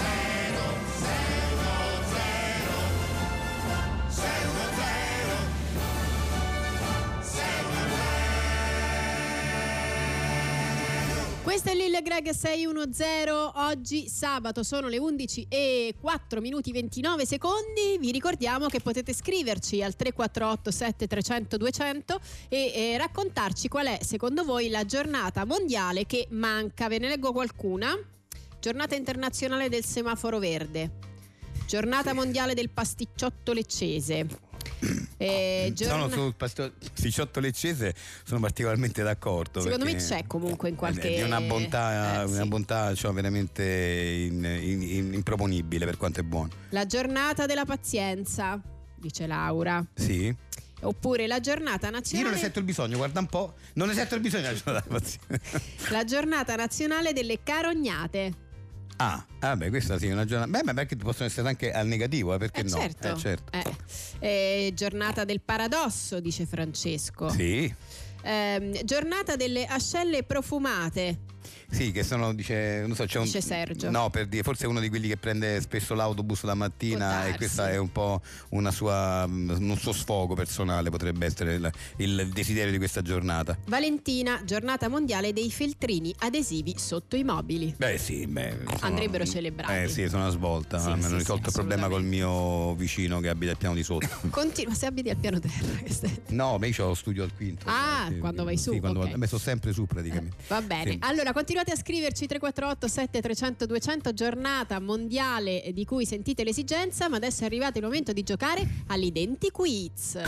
[SPEAKER 2] Questo è Lil Greg sei uno zero, oggi sabato sono le undici e quattro minuti ventinove secondi. Vi ricordiamo che potete scriverci al tre quattro otto sette tre zero zero due zero zero e, e raccontarci qual è secondo voi la giornata mondiale che manca. Ve ne leggo qualcuna. Giornata internazionale del semaforo verde, giornata mondiale del pasticciotto leccese. Eh, giorna-
[SPEAKER 3] Sono sul pasticciotto leccese, sono particolarmente d'accordo.
[SPEAKER 2] Secondo me
[SPEAKER 3] perché
[SPEAKER 2] c'è comunque in qualche...
[SPEAKER 3] è di una bontà,
[SPEAKER 2] Eh, sì.
[SPEAKER 3] una bontà cioè, veramente in- in- in- improponibile per quanto è buono.
[SPEAKER 2] La giornata della pazienza, dice Laura.
[SPEAKER 3] Sì.
[SPEAKER 2] Oppure la giornata
[SPEAKER 3] Io
[SPEAKER 2] nazionale
[SPEAKER 3] non ne sento il bisogno, guarda un po', non ne sento il bisogno della giornata della pazienza.
[SPEAKER 2] la giornata nazionale delle carognate.
[SPEAKER 3] Ah, vabbè, questa sì è una giornata. Beh, ma perché possono essere anche al negativo, eh, perché
[SPEAKER 2] Eh,
[SPEAKER 3] no?
[SPEAKER 2] certo.
[SPEAKER 3] Eh, certo.
[SPEAKER 2] Eh. Eh, giornata del paradosso, dice Francesco.
[SPEAKER 3] Sì.
[SPEAKER 2] Ehm, giornata delle ascelle profumate.
[SPEAKER 3] Sì, che sono, dice, non so, c'è un,
[SPEAKER 2] Dice Sergio.
[SPEAKER 3] No, per dire, forse è uno di quelli che prende spesso l'autobus la
[SPEAKER 2] Può
[SPEAKER 3] mattina
[SPEAKER 2] darsi.
[SPEAKER 3] e questa è un po' una sua, un suo sfogo personale, potrebbe essere il, il desiderio di questa giornata.
[SPEAKER 2] Valentina, giornata mondiale dei feltrini adesivi sotto i mobili.
[SPEAKER 3] Beh sì, beh, sono-
[SPEAKER 2] Andrebbero celebrati.
[SPEAKER 3] Eh sì, sono una svolta,
[SPEAKER 2] Sì,
[SPEAKER 3] mi
[SPEAKER 2] sì,
[SPEAKER 3] hanno
[SPEAKER 2] sì,
[SPEAKER 3] risolto il problema col mio vicino che abita al piano di sotto.
[SPEAKER 2] Continua, se abiti al piano terra. che stai-
[SPEAKER 3] No, beh, io ho lo studio al quinto.
[SPEAKER 2] Ah,
[SPEAKER 3] Sì,
[SPEAKER 2] quando vai su,
[SPEAKER 3] Sì, quando
[SPEAKER 2] ok.
[SPEAKER 3] vado- beh, sono sempre su praticamente.
[SPEAKER 2] Va bene,
[SPEAKER 3] Sì.
[SPEAKER 2] allora continuate a scriverci tre quattro otto sette tre zero zero duecento, giornata mondiale di cui sentite l'esigenza, ma adesso è arrivato il momento di giocare all'Identiquiz.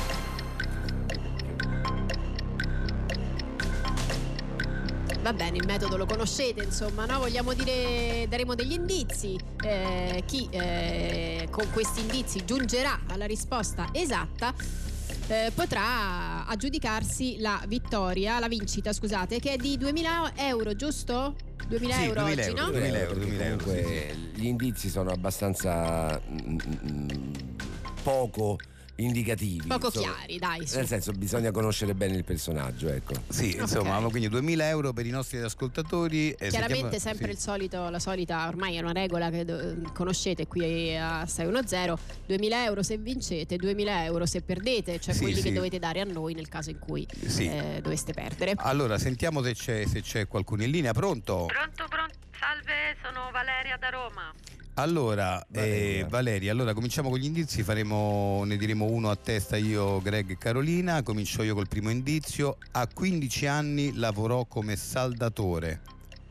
[SPEAKER 2] Va bene, il metodo lo conoscete, insomma, no? Vogliamo dire, daremo degli indizi. Eh, chi eh, con questi indizi giungerà alla risposta esatta eh, potrà aggiudicarsi la vittoria, la vincita, scusate, che è di duemila euro, giusto? duemila
[SPEAKER 3] Sì,
[SPEAKER 2] euro
[SPEAKER 3] duemila
[SPEAKER 2] oggi,
[SPEAKER 3] euro,
[SPEAKER 2] no?
[SPEAKER 3] duemila euro,
[SPEAKER 4] perché
[SPEAKER 3] duemila euro,
[SPEAKER 4] comunque gli indizi sono abbastanza mm, mm, poco indicativi,
[SPEAKER 2] Poco
[SPEAKER 4] insomma.
[SPEAKER 2] chiari, dai. su.
[SPEAKER 4] Nel senso, bisogna conoscere bene il personaggio, ecco.
[SPEAKER 3] Sì, insomma,
[SPEAKER 2] Ok.
[SPEAKER 3] quindi duemila euro per i nostri ascoltatori. eh,
[SPEAKER 2] Chiaramente
[SPEAKER 3] sentiamo-
[SPEAKER 2] sempre
[SPEAKER 3] sì.
[SPEAKER 2] il solito, la solita, ormai è una regola che do- conoscete qui a sei uno zero, duemila euro se vincete, duemila euro se perdete, cioè
[SPEAKER 3] Sì,
[SPEAKER 2] quelli
[SPEAKER 3] sì.
[SPEAKER 2] che dovete dare a noi nel caso in cui
[SPEAKER 3] Sì.
[SPEAKER 2] eh, doveste perdere.
[SPEAKER 3] Allora, sentiamo se c'è, se c'è qualcuno in linea. Pronto?
[SPEAKER 7] Pronto, pronto. Salve, sono Valeria da Roma.
[SPEAKER 3] Allora,
[SPEAKER 4] Valeria.
[SPEAKER 3] eh, Valeria, allora cominciamo con gli indizi, faremo, ne diremo uno a testa io, Greg e Carolina. Comincio io col primo indizio. A quindici anni lavorò come saldatore.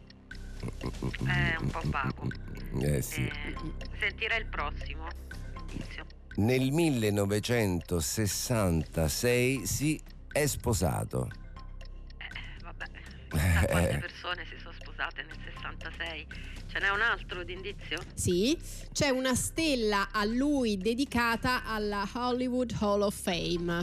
[SPEAKER 7] È un po' vago.
[SPEAKER 4] Eh sì.
[SPEAKER 7] Eh, sentirei il prossimo indizio.
[SPEAKER 4] Nel millenovecentosessantasei si è sposato.
[SPEAKER 7] Eh, vabbè, chissà quante persone si sono sposate nel sessantasei. Ce n'è un altro di indizio?
[SPEAKER 2] Sì, c'è una stella a lui dedicata alla Hollywood Hall of Fame.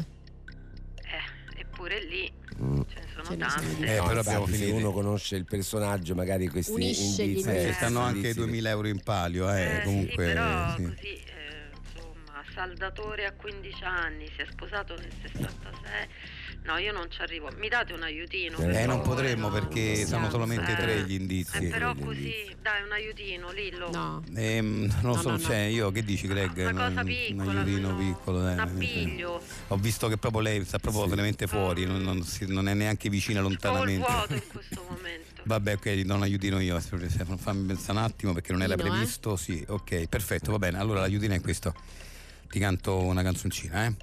[SPEAKER 7] Eh, eppure lì
[SPEAKER 4] Mm.
[SPEAKER 7] ce ne sono
[SPEAKER 2] Ce ne
[SPEAKER 7] tante.
[SPEAKER 2] sono di-
[SPEAKER 3] Eh,
[SPEAKER 4] No,
[SPEAKER 3] però
[SPEAKER 4] infatti,
[SPEAKER 3] abbiamo
[SPEAKER 4] se
[SPEAKER 3] finito.
[SPEAKER 4] uno conosce il personaggio, magari questi
[SPEAKER 2] Unisce gli
[SPEAKER 4] indizi
[SPEAKER 2] indizi.
[SPEAKER 3] Eh,
[SPEAKER 2] Eh,
[SPEAKER 3] stanno anche
[SPEAKER 4] indizi-
[SPEAKER 3] duemila euro in palio, eh,
[SPEAKER 7] Eh,
[SPEAKER 3] comunque.
[SPEAKER 7] sì, però
[SPEAKER 3] sì.
[SPEAKER 7] così, eh, insomma, saldatore a quindici anni, si è sposato nel sessantasei. No, io non ci arrivo. Mi date un aiutino? per
[SPEAKER 3] Eh, non
[SPEAKER 7] favore?
[SPEAKER 3] potremmo
[SPEAKER 2] no,
[SPEAKER 3] perché
[SPEAKER 2] non
[SPEAKER 3] sono
[SPEAKER 2] possiamo.
[SPEAKER 3] solamente
[SPEAKER 7] Eh,
[SPEAKER 3] tre gli
[SPEAKER 7] Eh,
[SPEAKER 3] indizi.
[SPEAKER 7] però
[SPEAKER 4] gli
[SPEAKER 7] così,
[SPEAKER 4] indizi.
[SPEAKER 7] dai, un aiutino, Lillo.
[SPEAKER 2] No.
[SPEAKER 3] Ehm, non
[SPEAKER 2] No,
[SPEAKER 3] so,
[SPEAKER 2] no,
[SPEAKER 3] cioè,
[SPEAKER 2] no.
[SPEAKER 3] io che dici, Greg?
[SPEAKER 7] Una cosa
[SPEAKER 3] Un-
[SPEAKER 7] piccola,
[SPEAKER 3] un aiutino
[SPEAKER 7] almeno
[SPEAKER 3] piccolo, dai.
[SPEAKER 7] un appiglio.
[SPEAKER 3] Ho visto che proprio lei sta proprio
[SPEAKER 4] Sì.
[SPEAKER 3] veramente fuori, non, non si- non è neanche vicina
[SPEAKER 7] Ho il
[SPEAKER 3] lontanamente.
[SPEAKER 7] vuoto in questo momento.
[SPEAKER 3] Vabbè, ok, do un aiutino io. Fammi pensare un attimo perché non era
[SPEAKER 2] Dino, eh?
[SPEAKER 3] previsto. Sì, ok, perfetto, va bene. Allora l'aiutino è questo. Ti canto una canzoncina, eh.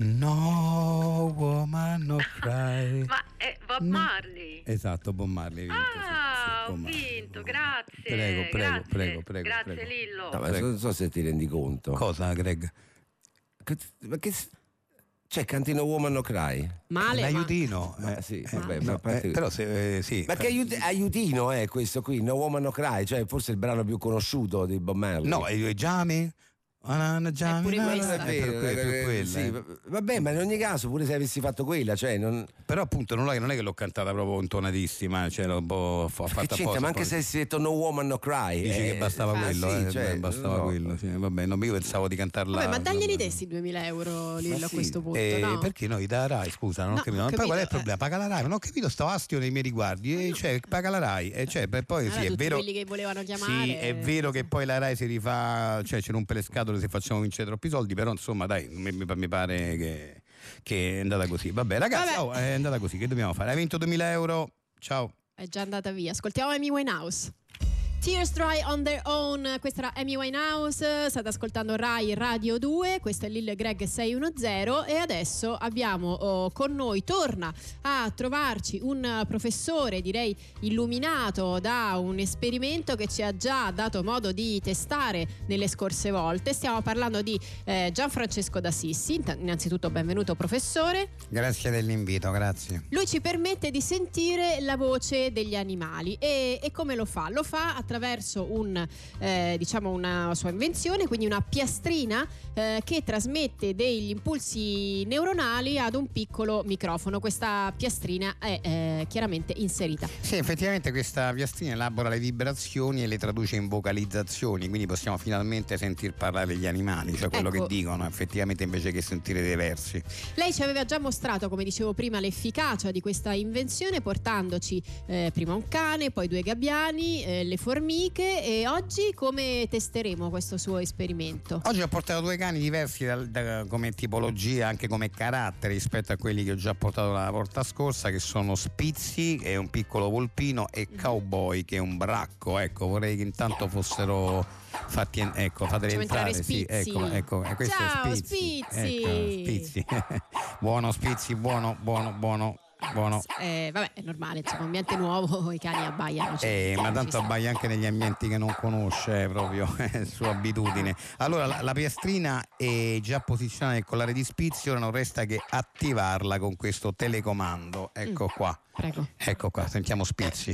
[SPEAKER 3] No woman no cry.
[SPEAKER 7] Ma è Bob
[SPEAKER 3] No.
[SPEAKER 7] Marley.
[SPEAKER 3] Esatto, Bob Marley. hai vinto, sì, sì,
[SPEAKER 7] Ah,
[SPEAKER 3] Bob
[SPEAKER 7] ho
[SPEAKER 3] Marley.
[SPEAKER 7] vinto, grazie.
[SPEAKER 3] Prego, prego,
[SPEAKER 7] grazie.
[SPEAKER 3] prego, prego,
[SPEAKER 7] Grazie
[SPEAKER 3] prego.
[SPEAKER 7] Lillo.
[SPEAKER 4] No, ma
[SPEAKER 3] Prego.
[SPEAKER 4] non so se ti rendi conto.
[SPEAKER 3] Cosa, Greg?
[SPEAKER 4] Che- Ma che s- cioè, cantino Woman No Cry?
[SPEAKER 2] Male, ma-
[SPEAKER 3] L'aiutino.
[SPEAKER 4] Ma
[SPEAKER 3] eh,
[SPEAKER 4] sì,
[SPEAKER 3] eh,
[SPEAKER 4] vabbè,
[SPEAKER 3] no,
[SPEAKER 4] ma a parte-
[SPEAKER 3] eh, però se eh, sì.
[SPEAKER 4] Ma che aiut- aiutino è questo qui? No Woman No Cry, cioè forse il brano più conosciuto di Bob Marley.
[SPEAKER 3] No, è i Giami. Ah, Giami,
[SPEAKER 2] pure
[SPEAKER 3] no, no,
[SPEAKER 2] questa.
[SPEAKER 3] è per, que- per
[SPEAKER 4] eh,
[SPEAKER 3] quella,
[SPEAKER 4] sì,
[SPEAKER 3] eh.
[SPEAKER 4] va- vabbè, ma in ogni caso, pure se avessi fatto quella, cioè non.
[SPEAKER 3] Però appunto non è, non è che l'ho cantata proprio intonatissima, cioè l'ho un po' ho fatto
[SPEAKER 4] Che c'entra?
[SPEAKER 3] apposta,
[SPEAKER 4] Ma anche
[SPEAKER 3] poi
[SPEAKER 4] se avessi detto No Woman No Cry.
[SPEAKER 3] dici
[SPEAKER 4] eh,
[SPEAKER 3] che bastava
[SPEAKER 4] ah,
[SPEAKER 3] quello,
[SPEAKER 4] sì,
[SPEAKER 3] eh,
[SPEAKER 4] cioè,
[SPEAKER 3] beh, bastava
[SPEAKER 4] no.
[SPEAKER 3] quello, sì, vabbè, non, io pensavo di cantarla.
[SPEAKER 2] Vabbè, ma daglieli
[SPEAKER 3] vabbè.
[SPEAKER 2] te sti duemila euro, Lillo,
[SPEAKER 4] Ma
[SPEAKER 2] a
[SPEAKER 4] sì.
[SPEAKER 2] questo punto,
[SPEAKER 3] Eh,
[SPEAKER 2] no?
[SPEAKER 3] Perché noi da Rai, scusa, non
[SPEAKER 2] No,
[SPEAKER 3] ho capito.
[SPEAKER 2] ho
[SPEAKER 3] Ma poi qual è il
[SPEAKER 2] capito,
[SPEAKER 3] problema? Paga la Rai, non ho capito sto astio nei miei riguardi. Eh, cioè, paga la Rai. E cioè, beh, poi
[SPEAKER 2] Allora,
[SPEAKER 3] sì, è
[SPEAKER 2] tutti
[SPEAKER 3] vero.
[SPEAKER 2] quelli che volevano chiamare.
[SPEAKER 3] Sì, è vero che poi la Rai si rifà, cioè ci rompe le scatole se facciamo vincere troppi soldi, però insomma dai, mi, mi- mi pare che, che è andata così. Vabbè ragazzi,
[SPEAKER 2] Vabbè.
[SPEAKER 3] oh, è andata così, che dobbiamo fare? Hai vinto duemila euro, ciao.
[SPEAKER 2] È già andata via. Ascoltiamo Amy Winehouse. Tears Dry on Their Own, questa era Amy Winehouse, state ascoltando Rai Radio due, questo è Lil Greg sei uno zero e adesso abbiamo oh, con noi, torna a trovarci un professore direi illuminato da un esperimento che ci ha già dato modo di testare nelle scorse volte. Stiamo parlando di eh, Gianfrancesco d'Assisi. Inta- innanzitutto benvenuto professore.
[SPEAKER 3] Grazie dell'invito, grazie.
[SPEAKER 2] Lui ci permette di sentire la voce degli animali e, e come lo fa? Lo fa attraverso un, eh, diciamo una sua invenzione, quindi una piastrina eh, che trasmette degli impulsi neuronali ad un piccolo microfono. Questa piastrina è eh, chiaramente inserita.
[SPEAKER 3] Sì, effettivamente questa piastrina elabora le vibrazioni e le traduce in vocalizzazioni, quindi possiamo finalmente sentir parlare gli animali, cioè quello
[SPEAKER 2] Ecco.
[SPEAKER 3] che dicono effettivamente, invece che sentire dei versi.
[SPEAKER 2] Lei ci aveva già mostrato, come dicevo prima, l'efficacia di questa invenzione, portandoci eh, prima un cane, poi due gabbiani, eh, le formiche, e oggi come testeremo questo suo esperimento?
[SPEAKER 3] Oggi ho portato due cani diversi da, da, come tipologia, anche come carattere, rispetto a quelli che ho già portato la volta scorsa, che sono Spizzy, che è un piccolo volpino, e Cowboy, che è un bracco. Ecco, vorrei che intanto fossero fatti, ecco, fateli
[SPEAKER 2] Facciamo
[SPEAKER 3] entrare,
[SPEAKER 2] entrare
[SPEAKER 3] sì,
[SPEAKER 2] Spizzy.
[SPEAKER 3] ecco, ecco, e questo
[SPEAKER 2] Ciao,
[SPEAKER 3] è Spizzy.
[SPEAKER 2] Spizzy.
[SPEAKER 3] Ecco, Spizzy. Buono Spizzy, buono, buono, buono. Buono.
[SPEAKER 2] Eh, vabbè, è normale, insomma, ambiente nuovo, i cani abbaiano.
[SPEAKER 3] Eh, ma tanto
[SPEAKER 2] ci sta.
[SPEAKER 3] abbaia anche negli ambienti che non conosce, eh, proprio è sua abitudine. Allora, la, la piastrina è già posizionata nel collare di Spizzy, ora non resta che attivarla con questo telecomando. Ecco
[SPEAKER 2] Mm.
[SPEAKER 3] qua.
[SPEAKER 2] Prego.
[SPEAKER 3] Ecco qua, sentiamo Spizzy.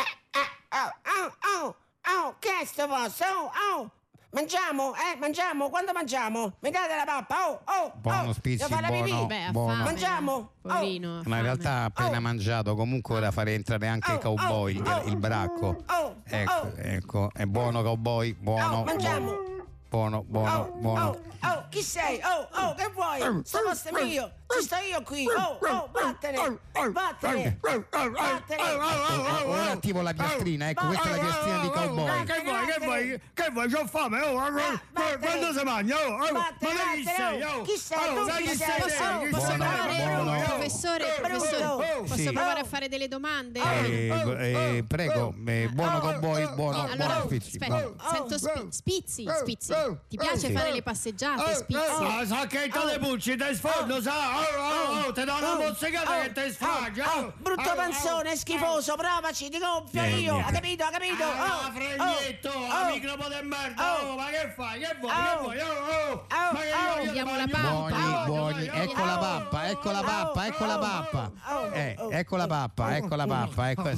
[SPEAKER 8] Oh, oh, oh, che è sto vostro? Oh, oh, mangiamo, eh, mangiamo, quando mangiamo? Mi date la pappa, oh, oh,
[SPEAKER 3] Buono
[SPEAKER 8] oh,
[SPEAKER 3] Spizzy,
[SPEAKER 8] devo fare la
[SPEAKER 3] buono,
[SPEAKER 8] pipì.
[SPEAKER 2] Beh, ha
[SPEAKER 3] buono.
[SPEAKER 2] fame.
[SPEAKER 8] Mangiamo?
[SPEAKER 2] Poverino. ha
[SPEAKER 3] Ma in
[SPEAKER 2] fame.
[SPEAKER 3] realtà ha appena
[SPEAKER 8] Oh.
[SPEAKER 3] mangiato, comunque ora farei entrare anche
[SPEAKER 8] Oh,
[SPEAKER 3] il Cowboy,
[SPEAKER 8] oh,
[SPEAKER 3] il,
[SPEAKER 8] oh.
[SPEAKER 3] il bracco.
[SPEAKER 8] Oh,
[SPEAKER 3] Ecco,
[SPEAKER 8] oh.
[SPEAKER 3] ecco, è buono Cowboy, buono.
[SPEAKER 8] Oh, mangiamo.
[SPEAKER 3] Buono, buono,
[SPEAKER 8] Oh,
[SPEAKER 3] buono.
[SPEAKER 8] oh, oh, chi sei? Oh, oh, che vuoi? Sto posto è mio, ci sto io qui. Oh, oh, vattene, vattene, vattene.
[SPEAKER 3] Ora attivo la piastrina, ecco, questa è la piastrina di Cowboy.
[SPEAKER 8] Che vuoi, che vuoi?
[SPEAKER 5] Che vuoi? C'ho fame, oh,
[SPEAKER 8] vattene.
[SPEAKER 5] quando si mangia? Oh, oh,
[SPEAKER 8] Vattene,
[SPEAKER 5] ma lei chi
[SPEAKER 8] vattene,
[SPEAKER 5] sei?
[SPEAKER 8] oh.
[SPEAKER 5] Oh,
[SPEAKER 8] Chi sei?
[SPEAKER 5] oh,
[SPEAKER 8] Tu
[SPEAKER 5] sai
[SPEAKER 8] chi
[SPEAKER 5] chi
[SPEAKER 8] sei?
[SPEAKER 5] sei?
[SPEAKER 2] Posso,
[SPEAKER 8] Oh,
[SPEAKER 5] Chi
[SPEAKER 2] posso
[SPEAKER 5] sei?
[SPEAKER 3] buono,
[SPEAKER 2] provare,
[SPEAKER 3] buono.
[SPEAKER 2] professore,
[SPEAKER 8] Oh,
[SPEAKER 2] professore,
[SPEAKER 8] oh,
[SPEAKER 2] posso
[SPEAKER 3] sì.
[SPEAKER 2] provare a fare delle domande?
[SPEAKER 3] Eh, eh, prego, eh, buono
[SPEAKER 8] Oh,
[SPEAKER 3] Cowboy,
[SPEAKER 8] oh,
[SPEAKER 3] buono,
[SPEAKER 2] Allora,
[SPEAKER 3] buono Spizzy.
[SPEAKER 2] aspetta,
[SPEAKER 3] buono.
[SPEAKER 2] sento spi- Spizzy, Spizzy. Ti piace
[SPEAKER 3] Sì.
[SPEAKER 2] fare le passeggiate, Spizzy?
[SPEAKER 5] Ah, sa che te le pulci, te sfondo, sa? Oh, oh, oh, ti do una mozzicata che te sfaggia.
[SPEAKER 8] Oh, brutto panzone, schifoso, provaci, ti gonfio
[SPEAKER 3] Eh,
[SPEAKER 8] io,
[SPEAKER 3] niente.
[SPEAKER 8] ha capito, ha capito?
[SPEAKER 5] Ah,
[SPEAKER 8] Oh,
[SPEAKER 5] fregnetto,
[SPEAKER 8] oh,
[SPEAKER 5] a
[SPEAKER 8] oh,
[SPEAKER 5] micropo de merda,
[SPEAKER 8] Oh.
[SPEAKER 5] oh, ma che fai? Che vuoi?
[SPEAKER 8] Oh.
[SPEAKER 5] Che vuoi? Oh, oh,
[SPEAKER 8] Oh,
[SPEAKER 5] ma che
[SPEAKER 8] oh.
[SPEAKER 5] io- io
[SPEAKER 2] Diamo la
[SPEAKER 5] bagno-
[SPEAKER 2] pappa.
[SPEAKER 3] Buoni,
[SPEAKER 5] Oh,
[SPEAKER 3] buoni,
[SPEAKER 5] oh,
[SPEAKER 3] ecco la
[SPEAKER 5] oh,
[SPEAKER 3] pappa, ecco la pappa, ecco la pappa.
[SPEAKER 8] Oh.
[SPEAKER 3] Eh, ecco la pappa, ecco la pappa, ecco,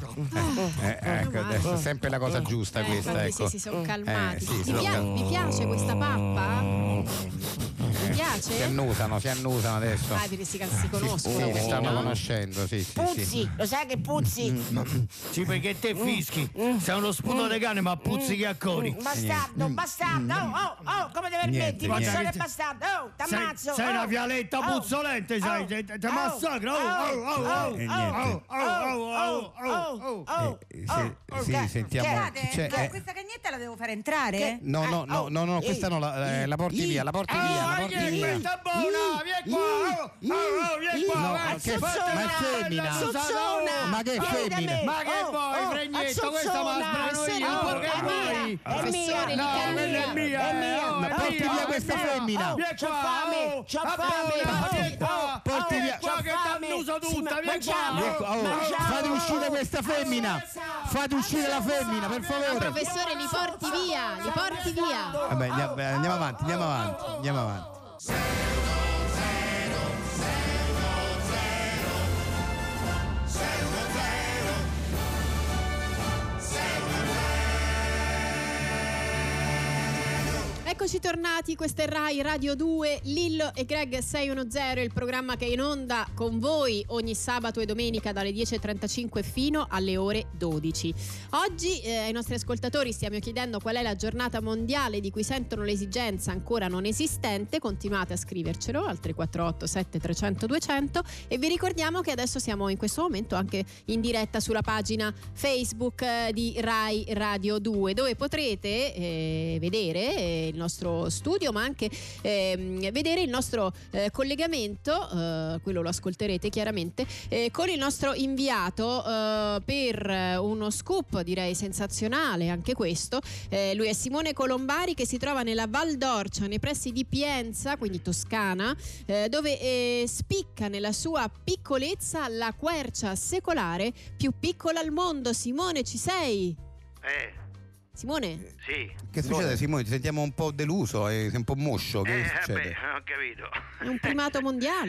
[SPEAKER 3] eh, ecco, adesso è sempre la cosa giusta questa,
[SPEAKER 2] Eh,
[SPEAKER 3] ecco.
[SPEAKER 2] sì, si sono calmati.
[SPEAKER 3] Eh, sì,
[SPEAKER 2] vi,
[SPEAKER 3] sono
[SPEAKER 2] pia-
[SPEAKER 3] cal-
[SPEAKER 2] vi piace questa pappa? Vi
[SPEAKER 3] Si
[SPEAKER 2] piace?
[SPEAKER 3] annusano, si annusano adesso.
[SPEAKER 2] Ah, direi si, si conoscono.
[SPEAKER 3] Sì, si
[SPEAKER 2] quindi,
[SPEAKER 3] stanno
[SPEAKER 2] no?
[SPEAKER 3] conoscendo, sì, sì, sì.
[SPEAKER 8] Puzzi, lo sai che puzzi?
[SPEAKER 5] Sì, perché te fischi. Sei uno sputo di cane, ma puzzichi a cori.
[SPEAKER 8] Bastardo, bastardo, oh, oh, oh, come ti permetti,
[SPEAKER 3] Niente,
[SPEAKER 8] puzzone
[SPEAKER 5] niente.
[SPEAKER 8] bastardo, oh, t'ammazzo.
[SPEAKER 5] Sei, sei
[SPEAKER 8] oh.
[SPEAKER 5] una fialetta
[SPEAKER 8] Oh.
[SPEAKER 5] puzzolente, sai,
[SPEAKER 8] Oh.
[SPEAKER 5] ti ti
[SPEAKER 8] Oh.
[SPEAKER 5] massacra. Oh, oh, oh, oh.
[SPEAKER 3] E
[SPEAKER 5] Oh,
[SPEAKER 3] niente.
[SPEAKER 5] oh, oh, oh, oh, oh.
[SPEAKER 8] oh,
[SPEAKER 3] Eh,
[SPEAKER 8] oh,
[SPEAKER 3] sì, sì,
[SPEAKER 8] che-
[SPEAKER 3] sentiamo.
[SPEAKER 9] Scusate,
[SPEAKER 3] Cioè,
[SPEAKER 9] eh,
[SPEAKER 3] eh,
[SPEAKER 9] questa cagnetta la devo fare entrare?
[SPEAKER 8] Che-
[SPEAKER 3] no, no, no, no, no, questa no, la, eh, la porti via, la porti via, la
[SPEAKER 5] Oh,
[SPEAKER 3] porti
[SPEAKER 5] vieni,
[SPEAKER 3] via.
[SPEAKER 5] questa buona, vieni qua. Oh, oh, oh, vieni qua.
[SPEAKER 3] No,
[SPEAKER 5] vai.
[SPEAKER 3] che-
[SPEAKER 5] Fatti
[SPEAKER 3] ma è
[SPEAKER 5] una
[SPEAKER 3] femmina.
[SPEAKER 5] bella
[SPEAKER 8] Zuzzona.
[SPEAKER 5] susata.
[SPEAKER 3] Ma che
[SPEAKER 8] Vieni da
[SPEAKER 3] femmina?
[SPEAKER 8] me.
[SPEAKER 5] Ma che
[SPEAKER 8] Oh,
[SPEAKER 5] vuoi,
[SPEAKER 8] oh,
[SPEAKER 5] fregnetto?
[SPEAKER 8] a
[SPEAKER 5] Questa
[SPEAKER 8] Zuzzona.
[SPEAKER 5] ma sbrano
[SPEAKER 2] Professore,
[SPEAKER 5] io.
[SPEAKER 2] li
[SPEAKER 5] Che
[SPEAKER 2] porti
[SPEAKER 5] vuoi?
[SPEAKER 2] via.
[SPEAKER 8] È
[SPEAKER 2] Professore,
[SPEAKER 8] mia,
[SPEAKER 2] li
[SPEAKER 5] No,
[SPEAKER 2] porti
[SPEAKER 5] quella è
[SPEAKER 2] via.
[SPEAKER 5] mia.
[SPEAKER 8] È mia.
[SPEAKER 5] eh, oh,
[SPEAKER 3] Ma
[SPEAKER 5] è
[SPEAKER 3] porti
[SPEAKER 5] mia,
[SPEAKER 3] via
[SPEAKER 5] è
[SPEAKER 3] questa
[SPEAKER 5] mia.
[SPEAKER 3] femmina.
[SPEAKER 5] Vieni
[SPEAKER 8] C'ho
[SPEAKER 5] qua,
[SPEAKER 8] fame,
[SPEAKER 5] oh.
[SPEAKER 8] c'ho
[SPEAKER 5] Ah,
[SPEAKER 8] fame,
[SPEAKER 5] porta,
[SPEAKER 8] oh,
[SPEAKER 5] vieni qua.
[SPEAKER 8] oh,
[SPEAKER 3] porti
[SPEAKER 8] oh,
[SPEAKER 3] via.
[SPEAKER 5] Qua
[SPEAKER 8] c'ho
[SPEAKER 5] che
[SPEAKER 8] fame.
[SPEAKER 5] t'annuso
[SPEAKER 8] Sì,
[SPEAKER 5] tutta,
[SPEAKER 8] ma-
[SPEAKER 5] vieni qua.
[SPEAKER 8] mangiamo.
[SPEAKER 3] Ecco, oh,
[SPEAKER 8] Mangiamo.
[SPEAKER 3] fate uscire questa femmina. Fate uscire la femmina, per favore.
[SPEAKER 2] Professore, li porti via, li porti via.
[SPEAKER 3] Vabbè, andiamo, andiamo avanti, andiamo avanti, andiamo avanti.
[SPEAKER 2] Eccoci tornati, questa è Rai Radio due, Lillo e Greg seicentodiciannove, il programma che è in onda con voi ogni sabato e domenica dalle dieci e trentacinque fino alle ore dodici. Oggi eh, ai nostri ascoltatori stiamo chiedendo qual è la giornata mondiale di cui sentono l'esigenza ancora non esistente. Continuate a scrivercelo al tre quattro otto sette tre zero zero due zero zero e vi ricordiamo che adesso siamo in questo momento anche in diretta sulla pagina Facebook eh, di Rai Radio due, dove potrete eh, vedere eh, il nostro studio, ma anche ehm, vedere il nostro eh, collegamento, eh, quello lo ascolterete chiaramente, eh, con il nostro inviato eh, per uno scoop direi sensazionale anche questo. Eh, lui è Simone Colombari, che si trova nella Val d'Orcia, nei pressi di Pienza, quindi Toscana, eh, dove eh, spicca nella sua piccolezza la quercia secolare più piccola al mondo. Simone, ci sei?
[SPEAKER 5] Eh,
[SPEAKER 2] Simone?
[SPEAKER 5] sì.
[SPEAKER 3] Che succede, Simone? Ti sentiamo un po' deluso e sei un po' moscio. Che
[SPEAKER 5] Eh,
[SPEAKER 3] succede?
[SPEAKER 5] vabbè, ho capito.
[SPEAKER 2] È un primato mondiale?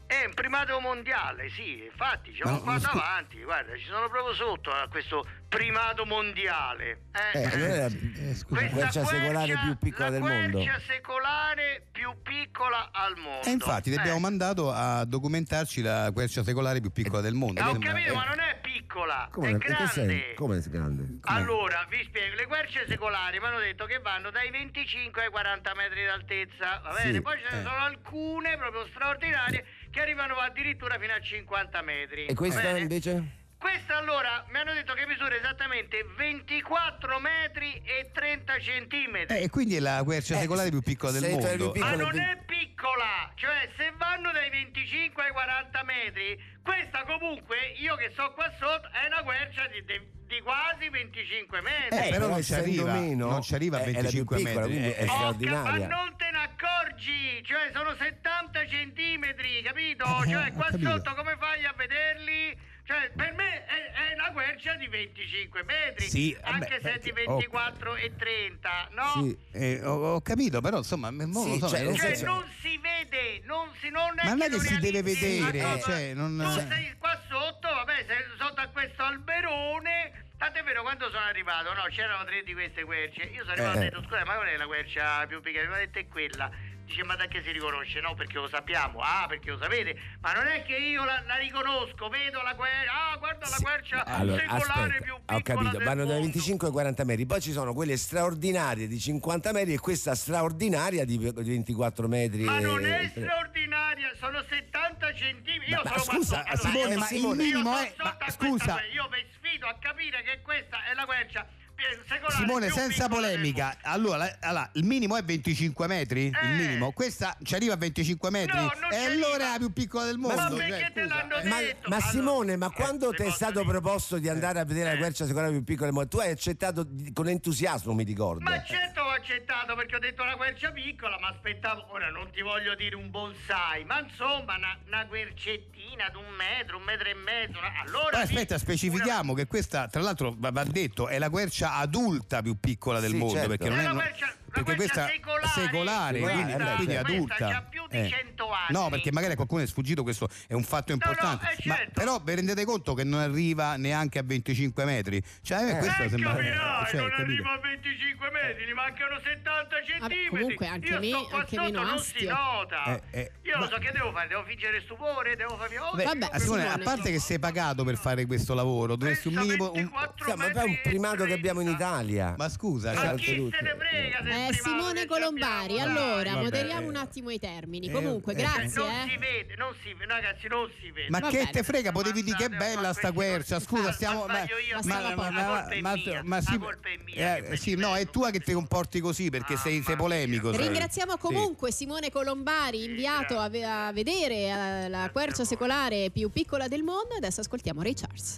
[SPEAKER 5] È un primato mondiale, sì, infatti siamo qua scu- davanti, guarda, ci sono proprio sotto a questo primato mondiale. Eh,
[SPEAKER 4] eh, allora,
[SPEAKER 5] eh,
[SPEAKER 4] scusa, quercia secolare più piccola del mondo.
[SPEAKER 5] La quercia secolare più piccola al mondo.
[SPEAKER 3] E infatti ti
[SPEAKER 5] eh.
[SPEAKER 3] abbiamo mandato a documentarci la quercia secolare più piccola del mondo.
[SPEAKER 5] Eh, ho
[SPEAKER 3] Sembra-
[SPEAKER 5] capito,
[SPEAKER 3] eh.
[SPEAKER 5] ma non è piccola,
[SPEAKER 4] Come,
[SPEAKER 5] è
[SPEAKER 4] in che
[SPEAKER 5] grande.
[SPEAKER 4] senso? Come è grande? Come?
[SPEAKER 5] Allora, vi spiego, le querce secolari mi hanno detto che vanno dai venticinque ai quaranta metri d'altezza, va bene?
[SPEAKER 4] Sì,
[SPEAKER 5] Poi ce ne
[SPEAKER 3] eh.
[SPEAKER 5] sono alcune proprio straordinarie che arrivano addirittura fino a cinquanta metri.
[SPEAKER 4] E questa
[SPEAKER 5] va bene?
[SPEAKER 4] invece?
[SPEAKER 5] Questa allora mi hanno detto che misura esattamente ventiquattro metri e trenta centimetri.
[SPEAKER 3] Eh, e quindi è la quercia
[SPEAKER 4] Eh,
[SPEAKER 3] secolare più piccola del
[SPEAKER 4] se tu eri
[SPEAKER 3] mondo.
[SPEAKER 4] più
[SPEAKER 5] Ma
[SPEAKER 4] piccola,
[SPEAKER 5] non
[SPEAKER 4] vi-
[SPEAKER 5] è piccola, cioè se vanno dai venticinque ai quaranta metri, questa comunque, io che so qua sotto, è una quercia di, di, di quasi venticinque metri.
[SPEAKER 3] Eh, però non ci
[SPEAKER 4] essendo
[SPEAKER 3] arriva,
[SPEAKER 4] meno,
[SPEAKER 3] non ci arriva a
[SPEAKER 4] è- è la più
[SPEAKER 3] venticinque
[SPEAKER 4] piccola,
[SPEAKER 3] metri.
[SPEAKER 4] quindi
[SPEAKER 3] eh,
[SPEAKER 4] è
[SPEAKER 3] eh.
[SPEAKER 5] Oh,
[SPEAKER 4] straordinaria.
[SPEAKER 5] ma non te ne accorgi, cioè sono settanta centimetri, capito?
[SPEAKER 3] Eh,
[SPEAKER 5] Cioè
[SPEAKER 3] ho
[SPEAKER 5] qua
[SPEAKER 3] capito.
[SPEAKER 5] sotto come fai a vederli? Cioè per me è, è una quercia di venticinque metri,
[SPEAKER 3] Sì,
[SPEAKER 5] anche
[SPEAKER 3] beh,
[SPEAKER 5] se è di
[SPEAKER 3] perché- oh.
[SPEAKER 5] ventiquattro e trenta, no?
[SPEAKER 4] Sì.
[SPEAKER 3] Eh, ho, ho capito, però insomma, me- mo
[SPEAKER 4] Sì,
[SPEAKER 3] lo so,
[SPEAKER 4] cioè,
[SPEAKER 3] eh,
[SPEAKER 4] nel
[SPEAKER 5] Cioè
[SPEAKER 4] senso-
[SPEAKER 5] non si vede, non si non è
[SPEAKER 3] Ma non è che si deve
[SPEAKER 5] realizzi-
[SPEAKER 3] vedere,
[SPEAKER 5] Ah, no,
[SPEAKER 3] cioè, non-
[SPEAKER 5] tu sei qua sotto, vabbè, sei sotto a questo alberone. Tant'è vero, quando sono arrivato, no, c'erano tre di queste querce. Io sono arrivato
[SPEAKER 4] Eh.
[SPEAKER 5] e ho detto, scusa, ma qual è la quercia più piccola? Mi ha detto è quella. Dice, ma da che si riconosce? No, perché lo sappiamo. Ah, perché lo sapete. Ma non è che io la, la riconosco, vedo la quercia. Ah, guarda la quercia
[SPEAKER 4] Allora,
[SPEAKER 5] secolare
[SPEAKER 4] aspetta,
[SPEAKER 5] più
[SPEAKER 4] ho
[SPEAKER 5] piccola
[SPEAKER 4] capito,
[SPEAKER 5] del
[SPEAKER 4] vanno dai
[SPEAKER 5] mondo.
[SPEAKER 4] venticinque ai quaranta metri, poi ci sono quelle straordinarie di cinquanta metri e questa straordinaria di ventiquattro metri.
[SPEAKER 5] Ma
[SPEAKER 4] e-
[SPEAKER 5] non è
[SPEAKER 4] e-
[SPEAKER 5] straordinaria, sono settanta centimetri. Io
[SPEAKER 3] Ma-
[SPEAKER 5] sono
[SPEAKER 3] ma scusa,
[SPEAKER 5] qua sotto.
[SPEAKER 3] Simone,
[SPEAKER 5] Allora,
[SPEAKER 3] ma il
[SPEAKER 5] io
[SPEAKER 3] minimo
[SPEAKER 5] sono
[SPEAKER 3] è-
[SPEAKER 5] sotto
[SPEAKER 3] ma
[SPEAKER 5] a questa
[SPEAKER 3] scusa.
[SPEAKER 5] quercia. Io vi sfido a capire che questa è la quercia secolare
[SPEAKER 3] Simone,
[SPEAKER 5] più
[SPEAKER 3] senza
[SPEAKER 5] piccola del
[SPEAKER 3] polemica,
[SPEAKER 5] mondo.
[SPEAKER 3] allora, la- allora, il minimo è venticinque metri? Il
[SPEAKER 5] Eh.
[SPEAKER 3] minimo? Questa ci arriva a venticinque metri?
[SPEAKER 5] No, non
[SPEAKER 3] e
[SPEAKER 5] ci
[SPEAKER 3] allora
[SPEAKER 5] arriva.
[SPEAKER 3] è la più piccola del mondo.
[SPEAKER 5] Ma
[SPEAKER 3] cioè,
[SPEAKER 5] perché te
[SPEAKER 3] scusa,
[SPEAKER 5] l'hanno
[SPEAKER 3] eh.
[SPEAKER 4] Ma,
[SPEAKER 5] detto?
[SPEAKER 4] ma
[SPEAKER 5] Allora,
[SPEAKER 4] Simone, ma
[SPEAKER 5] eh,
[SPEAKER 4] quando
[SPEAKER 5] se
[SPEAKER 4] ti è
[SPEAKER 5] posso
[SPEAKER 4] stato
[SPEAKER 5] dire.
[SPEAKER 4] proposto di andare a vedere la
[SPEAKER 5] Eh.
[SPEAKER 4] quercia secolare più piccola del mondo, tu hai accettato di- con entusiasmo, mi ricordo.
[SPEAKER 5] Ma certo ho accettato perché ho detto una quercia piccola, ma aspettavo, ora non ti voglio dire un bonsai, ma insomma una, una quercettina di un metro, un metro e mezzo, una- allora
[SPEAKER 3] Poi
[SPEAKER 5] sì,
[SPEAKER 3] aspetta, specifichiamo che questa, tra l'altro, va va detto, è la quercia adulta più piccola del
[SPEAKER 4] Sì,
[SPEAKER 3] mondo,
[SPEAKER 4] certo.
[SPEAKER 3] perché
[SPEAKER 5] È
[SPEAKER 3] non è
[SPEAKER 5] una
[SPEAKER 3] no-
[SPEAKER 5] quercia- una
[SPEAKER 3] perché
[SPEAKER 5] quercia
[SPEAKER 3] questa
[SPEAKER 5] secolare,
[SPEAKER 3] secolare,
[SPEAKER 4] secolare,
[SPEAKER 3] quindi,
[SPEAKER 4] eh beh,
[SPEAKER 3] quindi è
[SPEAKER 4] certo.
[SPEAKER 3] adulta.
[SPEAKER 5] Questa c'ha più di cento anni.
[SPEAKER 3] No, perché magari a qualcuno è sfuggito, questo è un fatto importante.
[SPEAKER 5] no, eh,
[SPEAKER 3] Ma
[SPEAKER 5] certo.
[SPEAKER 3] però vi rendete conto che non arriva neanche a venticinque metri? Cioè, a me questo
[SPEAKER 5] Eh,
[SPEAKER 3] sembra.
[SPEAKER 5] capirai,
[SPEAKER 3] cioè,
[SPEAKER 5] non
[SPEAKER 3] capite?
[SPEAKER 5] arriva a venticinque metri, gli mancano settanta centimetri.
[SPEAKER 2] comunque anche
[SPEAKER 5] Io
[SPEAKER 2] me-
[SPEAKER 5] sto qua
[SPEAKER 2] anche
[SPEAKER 5] sotto,
[SPEAKER 2] meno
[SPEAKER 5] non si
[SPEAKER 2] astio.
[SPEAKER 5] nota.
[SPEAKER 3] Eh, eh,
[SPEAKER 5] Io
[SPEAKER 3] ma-
[SPEAKER 5] lo so che devo fare, devo fingere stupore, devo fare oh,
[SPEAKER 3] Beh,
[SPEAKER 2] Vabbè,
[SPEAKER 3] ah, Simone, a
[SPEAKER 2] Simone.
[SPEAKER 3] parte che sei pagato per fare questo lavoro, dovresti un minimo. un-
[SPEAKER 5] ventiquattro
[SPEAKER 4] Sì, ma poi è un
[SPEAKER 5] metri e
[SPEAKER 4] primato che abbiamo in
[SPEAKER 5] trenta.
[SPEAKER 4] Italia.
[SPEAKER 3] Ma scusa,
[SPEAKER 5] Ma
[SPEAKER 3] cioè-
[SPEAKER 5] chi se ne frega se
[SPEAKER 2] Eh,
[SPEAKER 5] il primato
[SPEAKER 2] Simone
[SPEAKER 5] che
[SPEAKER 2] Colombari,
[SPEAKER 5] abbiamo, dai.
[SPEAKER 2] allora
[SPEAKER 3] Vabbè,
[SPEAKER 2] moderiamo
[SPEAKER 3] eh.
[SPEAKER 2] un attimo i termini.
[SPEAKER 3] Eh,
[SPEAKER 2] Comunque,
[SPEAKER 3] eh,
[SPEAKER 2] grazie.
[SPEAKER 5] non
[SPEAKER 2] eh.
[SPEAKER 5] si vede, non si vede, ragazzi, non si vede.
[SPEAKER 3] Ma
[SPEAKER 2] Va
[SPEAKER 3] che
[SPEAKER 2] bene.
[SPEAKER 3] te frega, potevi dire che è bella sta quercia. Scusa, stiamo. Ma,
[SPEAKER 5] sbaglio io,
[SPEAKER 2] ma
[SPEAKER 3] ma,
[SPEAKER 2] stava
[SPEAKER 3] ma,
[SPEAKER 2] poco.
[SPEAKER 5] La
[SPEAKER 3] ma,
[SPEAKER 5] colpa è
[SPEAKER 3] ma-
[SPEAKER 5] mia,
[SPEAKER 3] ma
[SPEAKER 5] la
[SPEAKER 3] sì,
[SPEAKER 5] colpa è mia,
[SPEAKER 3] eh,
[SPEAKER 5] che
[SPEAKER 3] sì,
[SPEAKER 5] mi
[SPEAKER 3] no, è
[SPEAKER 5] vedo.
[SPEAKER 3] tua che ti comporti così perché
[SPEAKER 5] Ah,
[SPEAKER 3] sei, sei
[SPEAKER 5] mamma
[SPEAKER 3] polemico.
[SPEAKER 5] mia.
[SPEAKER 3] sai.
[SPEAKER 2] Ringraziamo
[SPEAKER 3] Sì.
[SPEAKER 2] comunque Simone Colombari, inviato a, ve- a vedere eh, la quercia secolare più piccola del mondo. Adesso ascoltiamo Ray Charles.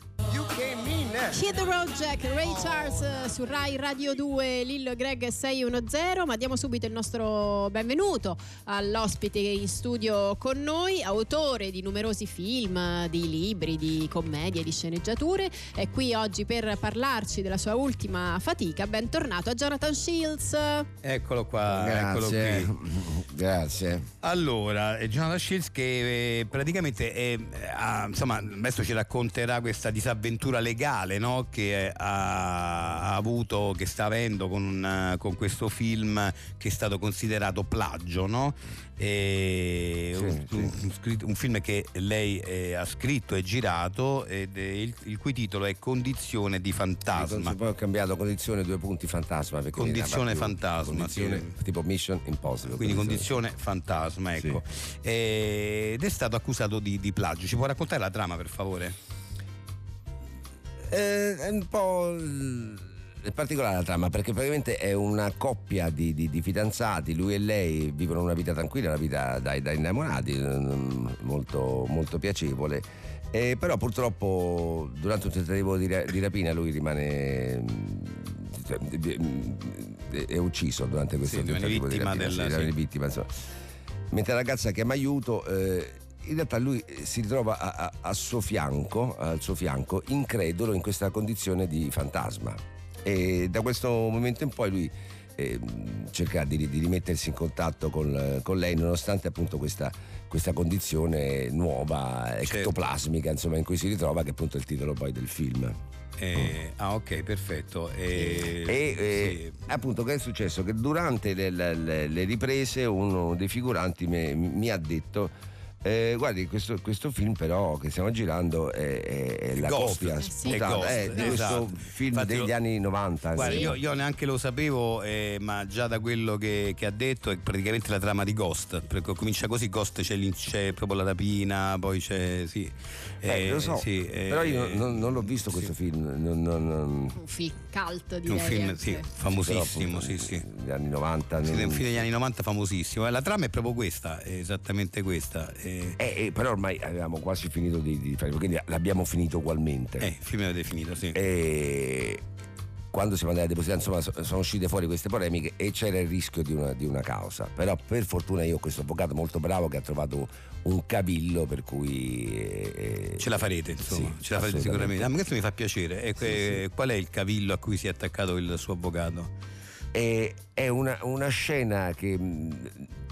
[SPEAKER 2] Hit the Road Jack, Ray Charles eh, su Rai Radio due, Lillo e Greg sei uno zero. Ma diamo subito il nostro benvenuto all'ospite in studio con noi, autore di numerosi film, di libri, di commedie, di sceneggiature. È qui oggi per parlarci della sua ultima fatica. Bentornato a Jonathan Shields.
[SPEAKER 3] Eccolo qua, eccolo
[SPEAKER 4] Grazie.
[SPEAKER 3] qui.
[SPEAKER 4] Grazie.
[SPEAKER 3] Allora, è Jonathan Shields che eh, praticamente è, ha, insomma, adesso ci racconterà questa disavventura legale, no? Che ha, ha avuto, che sta avendo con, un- con questo film che è stato considerato plagio, no? E
[SPEAKER 4] Sì,
[SPEAKER 3] un,
[SPEAKER 4] sì.
[SPEAKER 3] un- scritto- un film che lei eh, ha scritto e girato ed è il, il cui titolo è Condizione di fantasma.
[SPEAKER 4] Poi ho cambiato condizione due punti fantasma. perché mi
[SPEAKER 3] Condizione
[SPEAKER 4] dava più-
[SPEAKER 3] fantasma,
[SPEAKER 4] condizione,
[SPEAKER 3] sì.
[SPEAKER 4] tipo Mission Impossible.
[SPEAKER 3] Quindi condizione fantasma, ecco. E- ed è stato accusato di, di plagio. Ci può raccontare la trama, per favore?
[SPEAKER 4] Eh, è un po' l- è particolare la trama perché praticamente è una coppia di, di- di fidanzati, lui e lei vivono una vita tranquilla, una vita da, da innamorati, mm, molto, molto piacevole. Eh, però purtroppo durante un tentativo di, ra- di rapina lui rimane mm, cioè, mm, è ucciso durante questo
[SPEAKER 3] Sì, rimane
[SPEAKER 4] tentativo di
[SPEAKER 3] vittima
[SPEAKER 4] rapina,
[SPEAKER 3] del-
[SPEAKER 4] sì, rimane
[SPEAKER 3] sì.
[SPEAKER 4] vittima, insomma. Mentre la ragazza chiama aiuto, eh, in realtà lui si ritrova a, a- a suo fianco, al suo fianco, incredulo in questa condizione di fantasma. E da questo momento in poi lui eh, cercare di, di rimettersi in contatto con, con lei, nonostante appunto questa, questa condizione nuova, ectoplasmica, insomma, in cui si ritrova, che appunto è il titolo poi del film.
[SPEAKER 3] Eh, ah, ok, perfetto. E,
[SPEAKER 4] e eh,
[SPEAKER 3] sì.
[SPEAKER 4] appunto, che è successo? Che durante le, le, le riprese uno dei figuranti mi, mi ha detto: Eh, guardi, questo, questo film però che stiamo girando è, è, è la
[SPEAKER 3] Ghost,
[SPEAKER 4] copia
[SPEAKER 3] eh sì.
[SPEAKER 4] sputata
[SPEAKER 3] È
[SPEAKER 4] eh,
[SPEAKER 3] Ghost,
[SPEAKER 4] di
[SPEAKER 3] esatto.
[SPEAKER 4] questo film
[SPEAKER 3] Infatti
[SPEAKER 4] degli
[SPEAKER 3] lo-
[SPEAKER 4] anni novanta.
[SPEAKER 3] Guarda,
[SPEAKER 4] sì.
[SPEAKER 3] io, io neanche lo sapevo, eh, ma già da quello che, che ha detto è praticamente la trama di Ghost, perché comincia così. Ghost c'è, l'in- c'è proprio la rapina, poi c'è sì,
[SPEAKER 4] Eh, lo so,
[SPEAKER 3] sì, eh,
[SPEAKER 4] però io non, non l'ho visto questo
[SPEAKER 3] sì.
[SPEAKER 4] film. Non, non, non...
[SPEAKER 2] Un film cult,
[SPEAKER 3] È
[SPEAKER 2] direi.
[SPEAKER 3] un film
[SPEAKER 2] anche.
[SPEAKER 3] sì, famosissimo, sì, sì.
[SPEAKER 4] Degli anni novanta.
[SPEAKER 3] Sì,
[SPEAKER 4] non...
[SPEAKER 3] è un film degli anni novanta famosissimo. Eh, La trama è proprio questa, è esattamente questa. Eh,
[SPEAKER 4] Eh, eh, però ormai avevamo quasi finito di, di fare, quindi l'abbiamo finito ugualmente.
[SPEAKER 3] eh, il film l'avete finito, sì.
[SPEAKER 4] E quando siamo andati a depositare, insomma, so- sono uscite fuori queste polemiche e c'era il rischio di una, di una causa. Però per fortuna io ho questo avvocato molto bravo che ha trovato un cavillo per cui eh,
[SPEAKER 3] Ce la farete, insomma,
[SPEAKER 4] sì,
[SPEAKER 3] ce la farete
[SPEAKER 4] assolutamente.
[SPEAKER 3] sicuramente. Ah, ma questo mi fa piacere. E que-
[SPEAKER 4] Sì,
[SPEAKER 3] qual è il cavillo a cui si è attaccato il suo avvocato?
[SPEAKER 4] E è una, una scena che mh,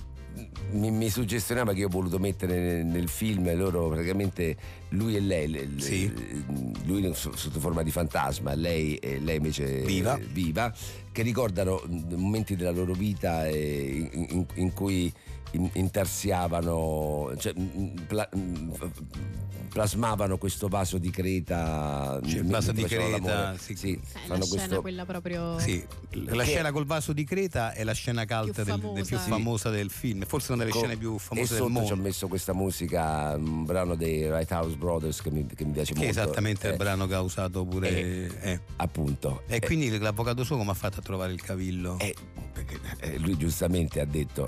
[SPEAKER 4] mi, mi suggestionava, che io ho voluto mettere nel, nel film. Loro praticamente, lui e lei, le- le-
[SPEAKER 3] Sì.
[SPEAKER 4] lui so- sotto forma di fantasma, lei, e lei invece
[SPEAKER 3] Viva.
[SPEAKER 4] eh, viva, che ricordano mh, momenti della loro vita eh, in, in- in cui in- intarsiavano, cioè mh, pla- mh, plasmavano questo vaso di creta.
[SPEAKER 3] Cioè, il
[SPEAKER 4] mh,
[SPEAKER 3] vaso
[SPEAKER 4] mentre
[SPEAKER 3] di
[SPEAKER 4] facevano
[SPEAKER 3] creta,
[SPEAKER 4] l'amore.
[SPEAKER 3] sì.
[SPEAKER 4] Sì,
[SPEAKER 2] Eh, la
[SPEAKER 4] fanno
[SPEAKER 2] scena
[SPEAKER 4] questo.
[SPEAKER 2] quella proprio
[SPEAKER 3] Sì, la
[SPEAKER 4] Che-
[SPEAKER 3] scena col vaso di creta è la scena cult
[SPEAKER 2] Più
[SPEAKER 3] del, del
[SPEAKER 2] famosa.
[SPEAKER 3] più
[SPEAKER 2] Sì.
[SPEAKER 3] famosa del film, forse una delle
[SPEAKER 4] Co-
[SPEAKER 3] scene più
[SPEAKER 4] e
[SPEAKER 3] famose del
[SPEAKER 4] sotto ci ho
[SPEAKER 3] mondo.
[SPEAKER 4] messo questa musica, un brano dei Right House Brothers che mi, che mi piace
[SPEAKER 3] Che
[SPEAKER 4] molto.
[SPEAKER 3] è esattamente il
[SPEAKER 4] Eh,
[SPEAKER 3] brano che ha usato pure.
[SPEAKER 4] eh,
[SPEAKER 3] eh.
[SPEAKER 4] appunto.
[SPEAKER 3] E
[SPEAKER 4] Eh,
[SPEAKER 3] quindi l'avvocato suo come ha fatto a trovare il cavillo?
[SPEAKER 4] eh, perché, eh, lui giustamente ha detto,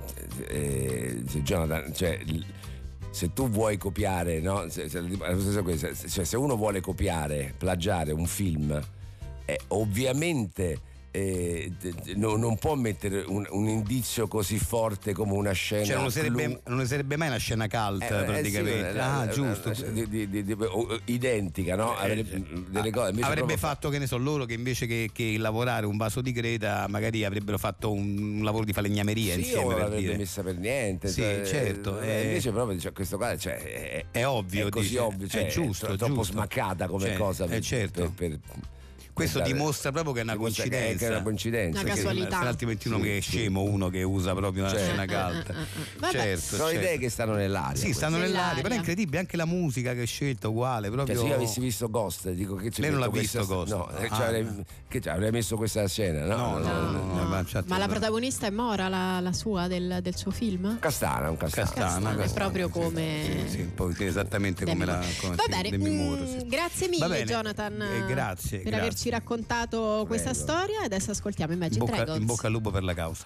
[SPEAKER 4] eh, eh, Jonathan, cioè, l- se tu vuoi copiare, no? Se, se, la stessa cosa, se- cioè, se uno vuole copiare, plagiare un film, eh, ovviamente eh, d- d- no- non può mettere un, un indizio così forte come una scena.
[SPEAKER 3] Cioè non sarebbe,
[SPEAKER 4] clou-
[SPEAKER 3] non sarebbe mai una scena cult
[SPEAKER 4] Eh, eh,
[SPEAKER 3] praticamente.
[SPEAKER 4] sì, la-
[SPEAKER 3] ah,
[SPEAKER 4] la-
[SPEAKER 3] giusto.
[SPEAKER 4] la- di- di- di- di- o- identica, no? Avrebbe, delle cose, invece
[SPEAKER 3] Avrebbe
[SPEAKER 4] proprio
[SPEAKER 3] fatto, che ne so, loro che invece che, che lavorare un vaso di creta magari avrebbero fatto un, un lavoro di falegnameria
[SPEAKER 4] sì,
[SPEAKER 3] insieme,
[SPEAKER 4] o non
[SPEAKER 3] per
[SPEAKER 4] l'avrebbe
[SPEAKER 3] dire.
[SPEAKER 4] messa per niente.
[SPEAKER 3] Sì,
[SPEAKER 4] cioè,
[SPEAKER 3] certo,
[SPEAKER 4] eh,
[SPEAKER 3] eh.
[SPEAKER 4] invece proprio cioè, questo qua cioè, è,
[SPEAKER 3] È ovvio,
[SPEAKER 4] è così
[SPEAKER 3] dice,
[SPEAKER 4] ovvio, cioè,
[SPEAKER 3] è giusto,
[SPEAKER 4] è troppo
[SPEAKER 3] giusto.
[SPEAKER 4] smaccata come
[SPEAKER 3] Cioè,
[SPEAKER 4] cosa.
[SPEAKER 3] eh, certo.
[SPEAKER 4] per- per-
[SPEAKER 3] Questo
[SPEAKER 4] per dare-
[SPEAKER 3] dimostra proprio che è una
[SPEAKER 4] dimostra che-
[SPEAKER 3] coincidenza.
[SPEAKER 4] che è una coincidenza.
[SPEAKER 2] Una
[SPEAKER 4] sì.
[SPEAKER 2] casualità.
[SPEAKER 3] Se altrimenti uno
[SPEAKER 4] Sì,
[SPEAKER 3] che è
[SPEAKER 4] sì.
[SPEAKER 3] scemo, uno che usa proprio una
[SPEAKER 4] Certo.
[SPEAKER 3] scena
[SPEAKER 2] Eh,
[SPEAKER 3] cult.
[SPEAKER 2] eh, eh, eh. Vabbè.
[SPEAKER 3] Certo,
[SPEAKER 4] Sono
[SPEAKER 3] certo.
[SPEAKER 4] idee che stanno nell'aria.
[SPEAKER 3] Sì,
[SPEAKER 4] queste.
[SPEAKER 3] stanno nell'aria,
[SPEAKER 2] Nell'aria.
[SPEAKER 3] però è incredibile anche la musica che hai scelto, uguale, proprio.
[SPEAKER 4] Cioè, se io avessi visto Ghost, dico che ci
[SPEAKER 3] Lei non
[SPEAKER 4] metto
[SPEAKER 3] l'ha visto
[SPEAKER 4] questa-
[SPEAKER 3] Ghost?
[SPEAKER 4] No, eh,
[SPEAKER 3] Ah.
[SPEAKER 4] cioè, avrei, che cioè, avrei messo questa scena, no?
[SPEAKER 3] No, no, no, no, ma certo,
[SPEAKER 2] Ma la
[SPEAKER 3] no.
[SPEAKER 2] protagonista è Mora, la, la sua del, del suo film?
[SPEAKER 4] Castana, un castana.
[SPEAKER 3] Castana,
[SPEAKER 2] Castana, è
[SPEAKER 3] Castana,
[SPEAKER 2] proprio
[SPEAKER 3] sì,
[SPEAKER 2] come-
[SPEAKER 3] sì, sì, un po' sì, esattamente
[SPEAKER 2] Demi
[SPEAKER 3] come la
[SPEAKER 2] Moore.
[SPEAKER 3] come,
[SPEAKER 2] Va
[SPEAKER 3] sì,
[SPEAKER 2] bene,
[SPEAKER 3] Demi Moore,
[SPEAKER 2] mm,
[SPEAKER 3] sì.
[SPEAKER 2] grazie
[SPEAKER 3] Va
[SPEAKER 2] mille
[SPEAKER 3] bene,
[SPEAKER 2] Jonathan
[SPEAKER 3] eh, grazie,
[SPEAKER 2] per
[SPEAKER 3] grazie.
[SPEAKER 2] averci raccontato questa
[SPEAKER 4] Prego.
[SPEAKER 2] storia. Adesso ascoltiamo
[SPEAKER 3] in
[SPEAKER 2] Imagine
[SPEAKER 3] bocca,
[SPEAKER 2] Dragons.
[SPEAKER 3] in bocca al lupo per la causa.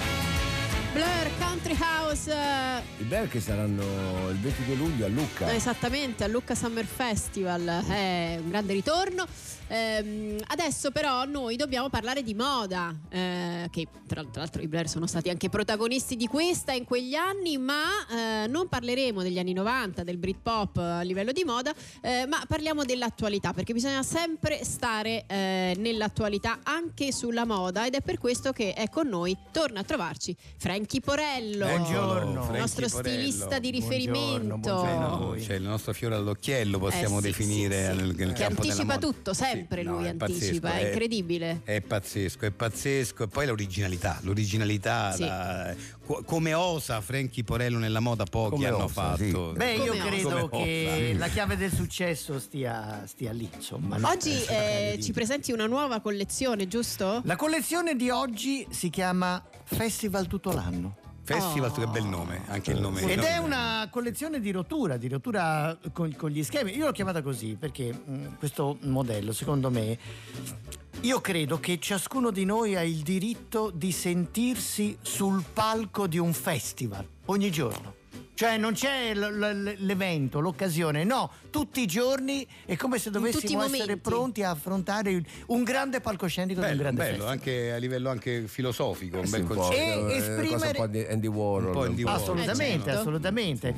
[SPEAKER 2] Blur Country House, eh,
[SPEAKER 4] I Bear che saranno il ventidue luglio a Lucca.
[SPEAKER 2] esattamente al Lucca Summer Festival, è un grande ritorno. Ehm, adesso però noi dobbiamo parlare di moda, eh, che tra, tra l'altro i Blur sono stati anche protagonisti di questa in quegli anni, ma eh, non parleremo degli anni novanta, del Britpop a livello di moda, eh, ma parliamo dell'attualità, perché bisogna sempre stare eh, nell'attualità anche sulla moda, ed è per questo che è con noi, torna a trovarci Frankie Porello,
[SPEAKER 3] Buongiorno,
[SPEAKER 2] il
[SPEAKER 3] Frankie
[SPEAKER 2] nostro
[SPEAKER 3] Porello.
[SPEAKER 2] stilista di riferimento.
[SPEAKER 3] Cioè, no, cioè, il nostro fiore all'occhiello possiamo
[SPEAKER 2] Eh, sì,
[SPEAKER 3] definire
[SPEAKER 2] sì, sì.
[SPEAKER 3] nel, nel
[SPEAKER 2] Che
[SPEAKER 3] campo della
[SPEAKER 2] anticipa
[SPEAKER 3] moda.
[SPEAKER 2] tutto, sempre
[SPEAKER 3] Sì, no,
[SPEAKER 2] lui
[SPEAKER 3] è
[SPEAKER 2] anticipa,
[SPEAKER 3] pazzesco,
[SPEAKER 2] è incredibile.
[SPEAKER 3] È pazzesco, è pazzesco. E poi l'originalità, l'originalità,
[SPEAKER 2] Sì.
[SPEAKER 3] la- co- come osa Frankie Porello nella moda, pochi
[SPEAKER 4] Come
[SPEAKER 3] hanno
[SPEAKER 4] osa,
[SPEAKER 3] fatto.
[SPEAKER 4] sì.
[SPEAKER 8] Beh, io
[SPEAKER 2] Come
[SPEAKER 8] credo
[SPEAKER 3] osa.
[SPEAKER 8] che
[SPEAKER 3] Come
[SPEAKER 8] la chiave del successo stia, stia lì, insomma. no?
[SPEAKER 2] Oggi
[SPEAKER 8] Eh,
[SPEAKER 2] eh,
[SPEAKER 8] di-
[SPEAKER 2] ci presenti una nuova collezione, giusto?
[SPEAKER 8] La collezione di oggi si chiama Festival tutto l'anno.
[SPEAKER 3] Festival,
[SPEAKER 2] Oh.
[SPEAKER 3] che bel nome, anche il nome.
[SPEAKER 8] Ed
[SPEAKER 3] no?
[SPEAKER 8] è una collezione di rottura, di rottura con, con gli schemi. Io l'ho chiamata così perché mh, questo modello, secondo me, io credo che ciascuno di noi ha il diritto di sentirsi sul palco di un festival ogni giorno. Cioè non c'è l- l- l'evento, l'occasione, no, tutti i giorni è come se
[SPEAKER 2] tutti i
[SPEAKER 8] dovessimo essere
[SPEAKER 2] momenti.
[SPEAKER 8] pronti a affrontare il- un grande palcoscenico di un
[SPEAKER 3] Bello,
[SPEAKER 8] grande
[SPEAKER 3] bello,
[SPEAKER 8] festival.
[SPEAKER 3] anche a livello anche filosofico, un
[SPEAKER 4] Sì,
[SPEAKER 3] bel
[SPEAKER 4] un po',
[SPEAKER 3] concetto.
[SPEAKER 8] E
[SPEAKER 4] eh,
[SPEAKER 8] esprimere-
[SPEAKER 4] cosa un po' di Andy Warhol.
[SPEAKER 3] Un po' Andy Warhol.
[SPEAKER 8] Assolutamente,
[SPEAKER 2] Eh, certo.
[SPEAKER 8] assolutamente.